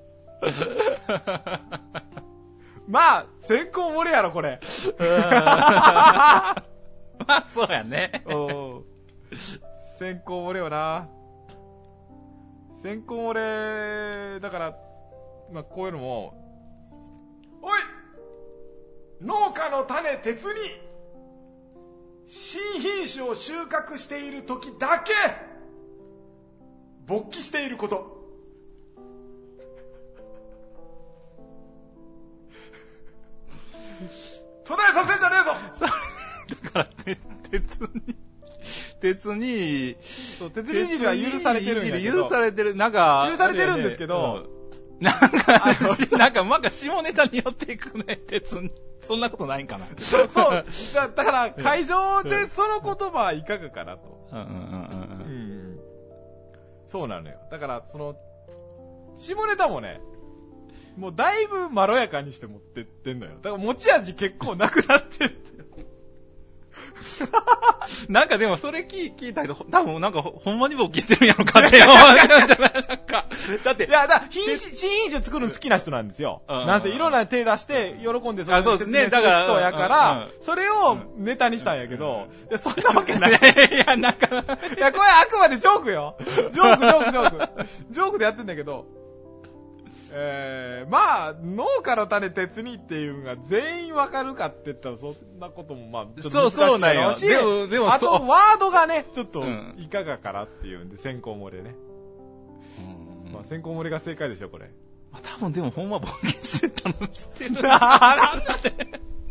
まあ、先行漏れやろ、これ。 まあ、そうやね。 お先行漏れよな。先行漏れ、だから、まあ、こういうのも、おい！農家の種鉄に、新品種を収穫している時だけ、勃起していること。途絶えさせんじゃねえぞ。 だから、鉄に、鉄に、 そう、鉄にいじりは許されてるんやけど。 許されてる、なんか、 許されてるんですけど、 うん、なんか、なんか、なんか下ネタに寄っていくね、鉄に。そんなことないんかな。 そう、そうだ。だから、会場でその言葉はいかがかなと。 うんうんうんうん。 そうなのよ。だから、その、下ネタもね、もうだいぶまろやかにして持ってってんのよ。だから持ち味結構なくなってるって。 なんかでもそれ聞いたけど、多分なんかほんまに勃起してるんやろかって思う。なんか、だって。 いや、だ品種、新品種作るの好きな人なんですよ。なんせいろんな手出して喜んでそれを説明する人やから、それをネタにしたんやけど、いや、そんなわけない。いや、なんか、いや、これあくまでジョークよ。ジョーク、ジョーク、ジョーク。ジョークでやってんだけど、えー、まあ、農家の種鉄にっていうのが全員わかるかって言ったらそんなこともまあ、ちょっと難しいだろうし。そうそうなんよ。でも、でもあとワードがね、ちょっといかがかなっていうんで、先行漏れね。うん、まあ、先行漏れが正解でしょ、これ。 まあ、多分でもほんま冒険してたの知ってる。なんだって。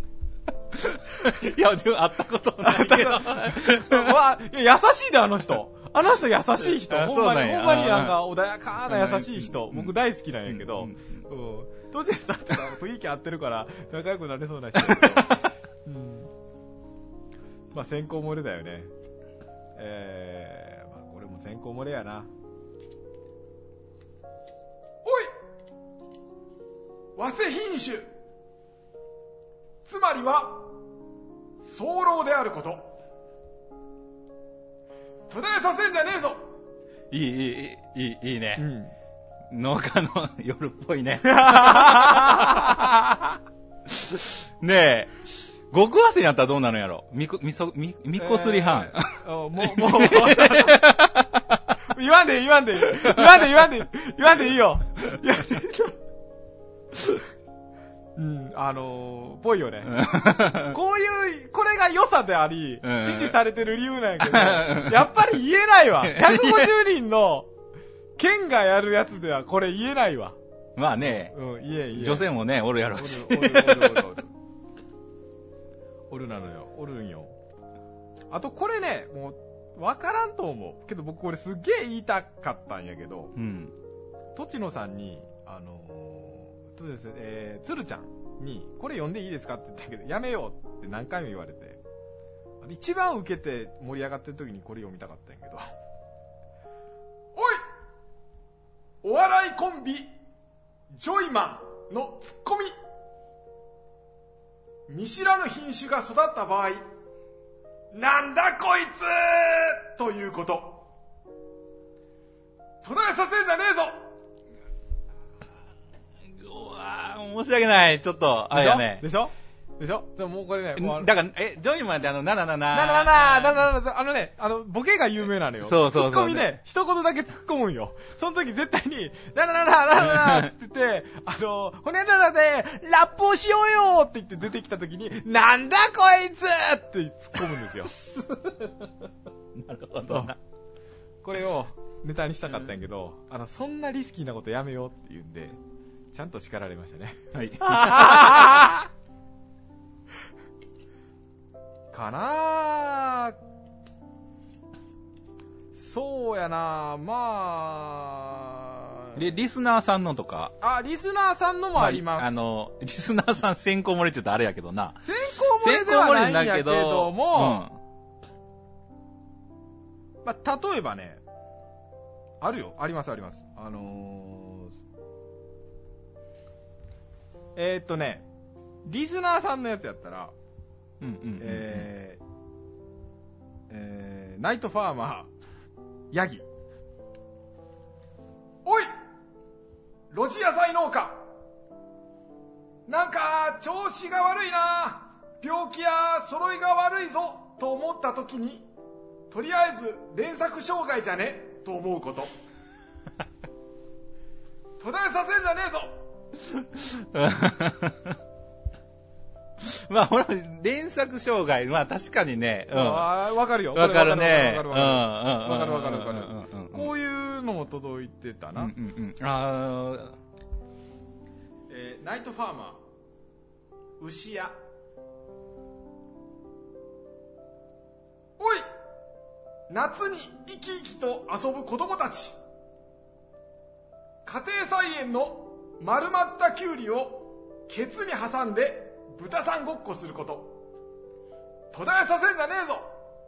いや、自分会ったことないけど。 わいや、優しいで、あの人。あの人優しい人。ほんまに、ほんまになんか穏やかな優しい人。僕大好きなんやけど、当時さんとか雰囲気合ってるから仲良くなれそうな人だけど。うん、まあ、先行漏れだよね。えー、まあ、これも先行漏れやな。おい！早生品種。つまりは、早漏であること。途絶えさせんじゃねえぞ。 いい、いい、いい、いいね。うん、農家の夜っぽいね。ねえ、極和線やったらどうなのやろ。みこ、みそ、み、みこすりはん。えー、 もう、もう、言わんでいい、言わんでいい。言わんでいい、言わんでいい。言わんでいいよ。いや、 うん、あのー、ぽいよね。こういう、これが良さであり、うん、支持されてる理由なんやけど、やっぱり言えないわ。ひゃくごじゅうにんの県がやるやつではこれ言えないわ。 まあね、 うん、言え言え。 女性もね、おるやろうし。 おる、おる、おる、おる、おる。おるなのよ、おるんよ。あとこれね、もう、わからんと思う。けど僕これすっげえ言いたかったんやけど、うん。とちのさんに、あのー、そうですね、えー、つるちゃんに、これ読んでいいですかって言ったけど、やめようって何回も言われて、一番受けて盛り上がってる時にこれ読みたかったんやけど、おい！お笑いコンビ、ジョイマンのツッコミ。見知らぬ品種が育った場合、なんだこいつということ。途絶えさせんじゃねえぞ。 うわー、申し訳ない。ちょっと、あれやね。 でしょでしょじゃあもうこれね、もうだから、え、ジョイマンってあの、なななな。 なななな、なななな、あのね、あの、ボケが有名なのよ。 そうそうそう。 ツッコミね、一言だけ突っ込むんよ。その時絶対に、なななな、ななななって言って、あの、ほにゃららで、ラップをしようよって言って出てきた時に、なんだこいつって突っ込むんですよ。 なるほどな。 これをネタにしたかったんやけど、あの、そんなリスキーなことやめようって言うんで、ちゃんと叱られましたね。 はい。 かなぁ。そうやなぁ、まあ。で、リスナーさんのとか。 あ、リスナーさんのもあります。 まあ、あの、リスナーさん先行漏れちょっとあれやけどな。 先行漏れではないんやけども、うん、まあ、例えばね、あるよ、ありますあります。あのー、えー、っとね、リスナーさんのやつやったら、うんうんうんうん、えーえー、ナイトファーマー、ヤギ。おい！路地野菜農家。なんか、調子が悪いな。病気や揃いが悪いぞ、と思った時に、とりあえず、連作障害じゃねと思うこと。途絶えさせんじゃねえぞ。まあ、ほら、連作障害、まあ確かにね。 うん。ああ、わかるよ。 わかるね。 わかるわかる。わかるわかるわかる。こういうのも届いてたな。うんうんうん。ああ。えー、ナイトファーマー、牛屋。おい！夏に生き生きと遊ぶ子供たち。家庭菜園の丸まったキュウリをケツに挟んで、豚さんごっこすること。途絶えさせんじゃねえぞ。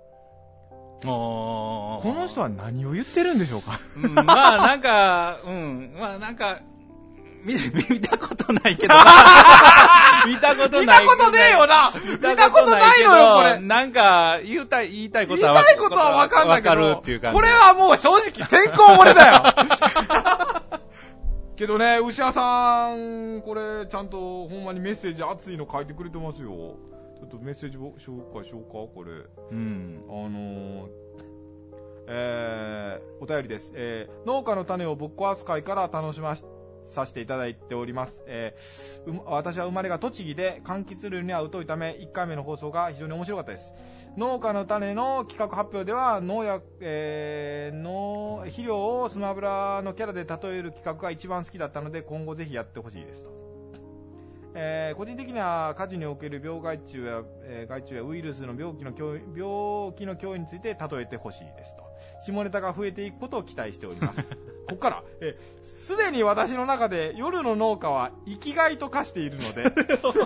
この人は何を言ってるんでしょうか、 うん、まあなんか、うん、まあなんか、見, 見たことないけど。見たことない。 見たことねえよな。見たことないのよ、これ。 なんか、言いたい、言いたいことは言いたいことはわかんないけど。 わかるっていう感じ。 これはもう正直先行漏れだよ。けどね、牛屋さん、これ、ちゃんと、ほんまにメッセージ熱いの書いてくれてますよ。ちょっとメッセージを紹介しようか、これ。うん。あのー、えー、お便りです。えー、農家の種をぶっ壊す会から楽しまさせていただいております。えー、私は生まれが栃木で、柑橘類には疎いため、いっかいめの放送が非常に面白かったです。農家の種の企画発表では農薬、えー、の肥料をスマブラのキャラで例える企画が一番好きだったので今後ぜひやってほしいですと、えー、個人的には果樹における病害虫や、えー、害虫やウイルスの病気の病気の脅威について例えてほしいですと、下ネタが増えていくことを期待しております。ここからすでに私の中で夜の農家は生きがいと化しているので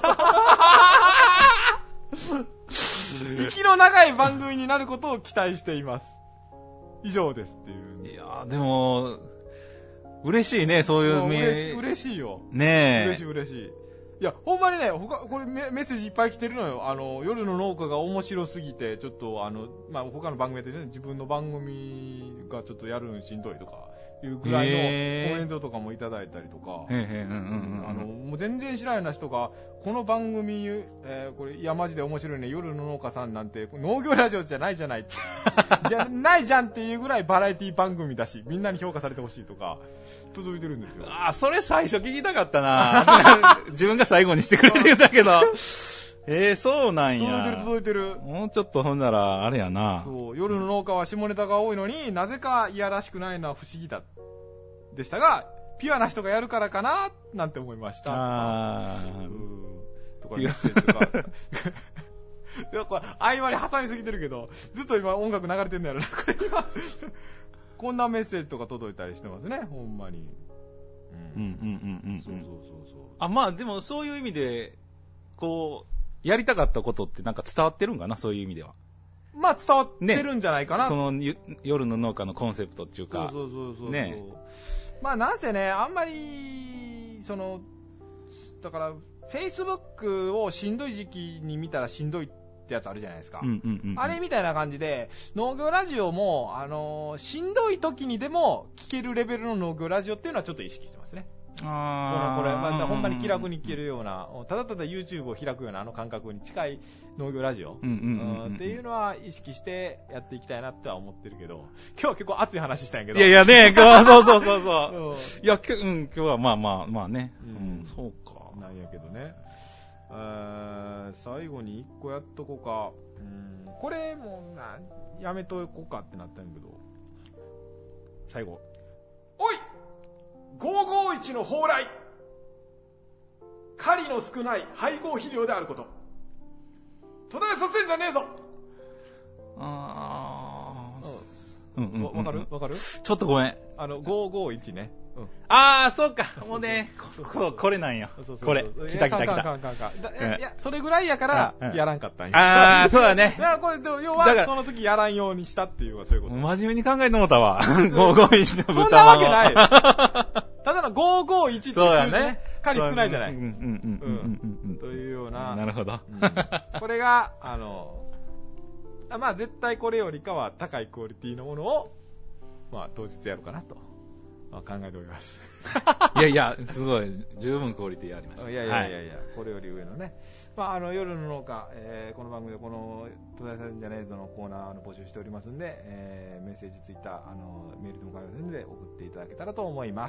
息の長い番組になることを期待しています。以上ですっていう。 いやーでも嬉しいね、そういうメ嬉しい嬉しいよ。 ねえ。 嬉しい嬉しい。いやほんまにね、他これメッセージいっぱい来てるのよ。あの夜の農家が面白すぎてちょっとあのまあ他の番組でね自分の番組がちょっとやるのしんどいとかいうぐらいのコメントとかもいただいたりとか、あの、もう全然知らないような人が、この番組、えー、これ、いや、マジで面白いね、夜の農家さんなんて、農業ラジオじゃないじゃない、じゃないじゃんっていうぐらいバラエティ番組だし、みんなに評価されてほしいとか、届いてるんですよ。 ああ、それ最初聞きたかったな自分が最後にしてくれてるんだけど。えー、そうなんや。 届いてる届いてる。 もうちょっとほんなら、あれやな。 そう、夜の農家は下ネタが多いのになぜかいやらしくないのは不思議だ。でしたが、ピュアな人がやるからかな、なんて思いました。あー。うん。とかメッセージとか。いや、これ、合間に挟みすぎてるけど、ずっと今音楽流れてんのやろな、これ今。こんなメッセージとか届いたりしてますね、ほんまに。 うん、うん、うん、うん。 そうそうそうそう。 あ、まあでもそういう意味で、こう、やりたかったことってなんか伝わってるんかな、そういう意味では。 まあ伝わってるんじゃないかな。 ね、その夜の農家のコンセプトっていうか。 そうそうそうそう。 ね。 まあなんせね、あんまり、その、だから、Facebook をしんどい時期に見たらしんどいってやつあるじゃないですか。 うんうんうんうん、 あれみたいな感じで、農業ラジオも、あのー、しんどい時にでも聞けるレベルの農業ラジオっていうのはちょっと意識してますね。 あこれ、まあ、ほんまに気楽に聞けるような、ただただ YouTube を開くようなあの感覚に近い農業ラジオっていうのは意識してやっていきたいなっては思ってるけど、今日は結構熱い話したんやけど。 いやいやね、今日はそうそうそうそう。うん、いや、うん、今日はまあまあまあね。うん、うん、そうか。 なんやけどね。えー、最後に一個やっとこうか。うん、これもな、やめとこうかってなったんやけど。最後。おいごーごーいちの蓬莱、狩りの少ない配合肥料であること。途絶えさせんじゃねえぞ。 あー、うんうんうんうん、 わかるわかる？ ちょっとごめん。 あの、ごーごーいちね。うん、 あー、そうか。もうね、こ, これなんよ。そうそうそうこれ。来た来た来た。 かんかんかんかんかん。いや、それぐらいやから、やらんかったんや。 あー、そうだね。 だからこれ、要は、その時やらんようにしたっていうのはそういうこと。 真面目に考えてもったわ。ごーごーいちの豚まん。 そんなわけない。ただのごーごーいちっていう数字ね。狩り少ないじゃない。うんうんうんうん。というような。 なるほど。 これが、あの、まあ絶対これよりかは高いクオリティのものを、まあ当日やるかなと。考えております。 いやいや、すごい、十分クオリティありました。 いやいやいやいや、はい、これより上のね。まあ、あの、夜の農家、えー、この番組でこの、途絶えさせんじゃねえぞのコーナーの募集しておりますんで、えー、メッセージ、ツイッター、あの、メールでも構いませんので、送っていただけたらと思います。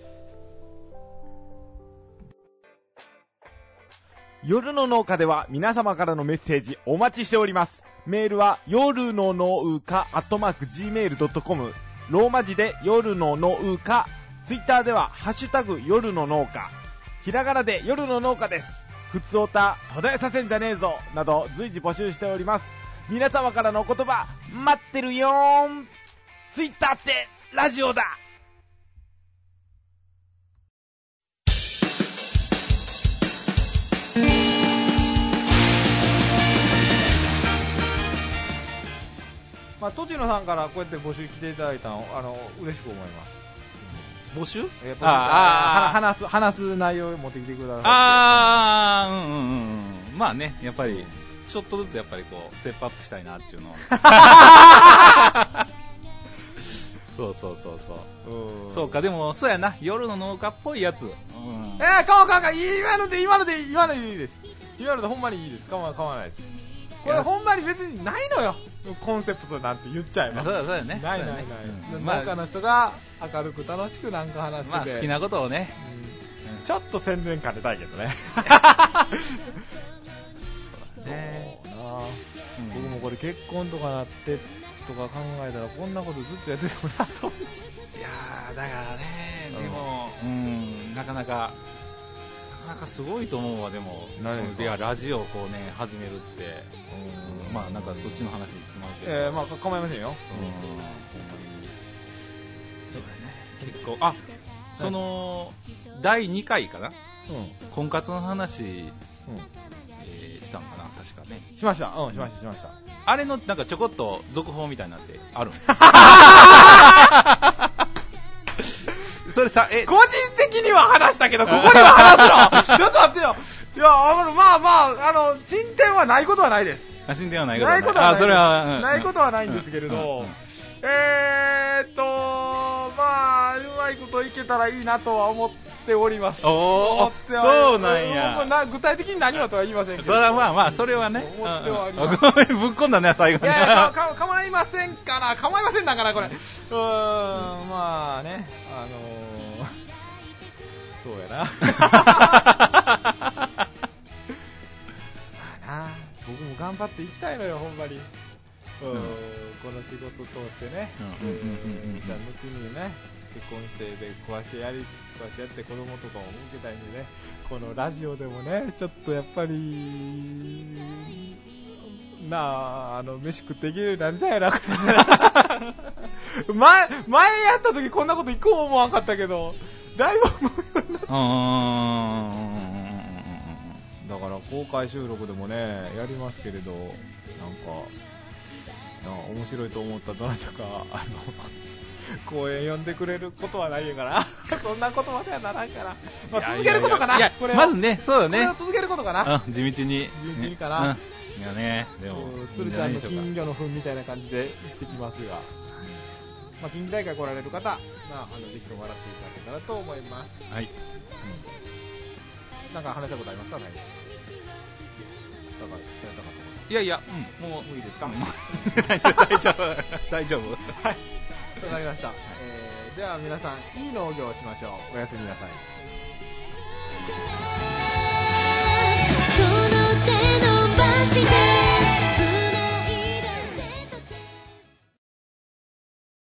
夜の農家では皆様からのメッセージお待ちしております。メールは、夜の農家、アットマーク、ジーメールドットコム、ローマ字で夜の農家、ツイッターではハッシュタグ夜の農家、ひらがなで夜の農家です。ふつおた、途絶えさせんじゃねえぞなど随時募集しております。皆様からのお言葉待ってるよーん。ツイッターってラジオだ。まあ、栃野さんからこうやって募集来ていただいたの、あの、嬉しく思います。 募集？ えー、ああ、話す、話す内容を持ってきてください。 ああ、うんうんうん。まあね、やっぱり、ちょっとずつやっぱりこう、ステップアップしたいなっていうのを。そうそうそうそう。そうか、でも、そうやな、夜の農家っぽいやつ。うん、 えー、かわかわか、今ので、今ので、今のでいいです。今のでほんまにいいです。かわかわないです。これほんまに別にないのよ。コンセプトなんて言っちゃえば。 そうだそうだね。 ないないない。うん、農家の人が明るく楽しくなんか話してて。 まあ好きなことをね。 うん、ちょっと宣伝兼ねたいけどね。そうね。そうな、うん、僕もこれ結婚とかなってとか考えたらこんなことずっとやっててもなと思う。 いやー、だからね、でも、うん、なかなか、なかなかすごいと思うわ。でもいやラジオをこうね始めるって、うん、まあなんかそっちの話に決まるけど、 えー、まあ構いませんよ。うん、 そうだね。結構あそのだいにかいかな、うん、婚活の話、うんえー、したんかな確かね。 しました。うんしましたしました。 あれのなんかちょこっと続報みたいになってある。それさ、え、 個人的には話したけど、ここでは話すのちょっと待ってよ。いや、あの、まあまあ、あの、進展はないことはないです。 あ、進展はないことはない。 ないことはない。 あ、それは、 うん、ないことはないんですけれど、うんうんうん、えーっと、 まあ、うまいこといけたらいいなとは思っております。 おー、そうなんや。 な具体的に何はとは言いませんけど。 それはまあまあ、それはね。 思ってはあります。 ごめん、ぶっこんだね、最後に。 いやいや、か、かまいませんから、構いませんだから、これ。うーん、まあね、あのー、そうやな。まあな、僕も頑張っていきたいのよ、ほんまに。うん、この仕事通してね、じゃあ後にね、結婚してで壊してやり壊してやって子供とかを受けたいんでね、このラジオでもね、ちょっとやっぱりなあ、あの飯食っていけるようになりたいな。前前やった時こんなこと一個も思わんかったけど、だいぶ思うようになった。だから公開収録でもねやりますけれど、なんか面白いと思ったどなたかあの公演呼んでくれることはないやからそんなことまではならんから、まあ、続けることかな。 いやいやいや、これまずね、そうよね、 これを続けることかな、 うん、地道に地道にかな、うん、 いやね、でも鶴ちゃんの金魚の糞みたいな感じで行ってきますが、まあ、近畿大会来られる方、まあ、あのぜひとも笑っていただけたらと思います。 はい、うん、 なんか話したことありますか？ないですか？ いやいや、 うん、もういいですか？ 大丈夫、大丈夫。 はい、わかりました。えー、では皆さん、いい農業をしましょう。おやすみなさい。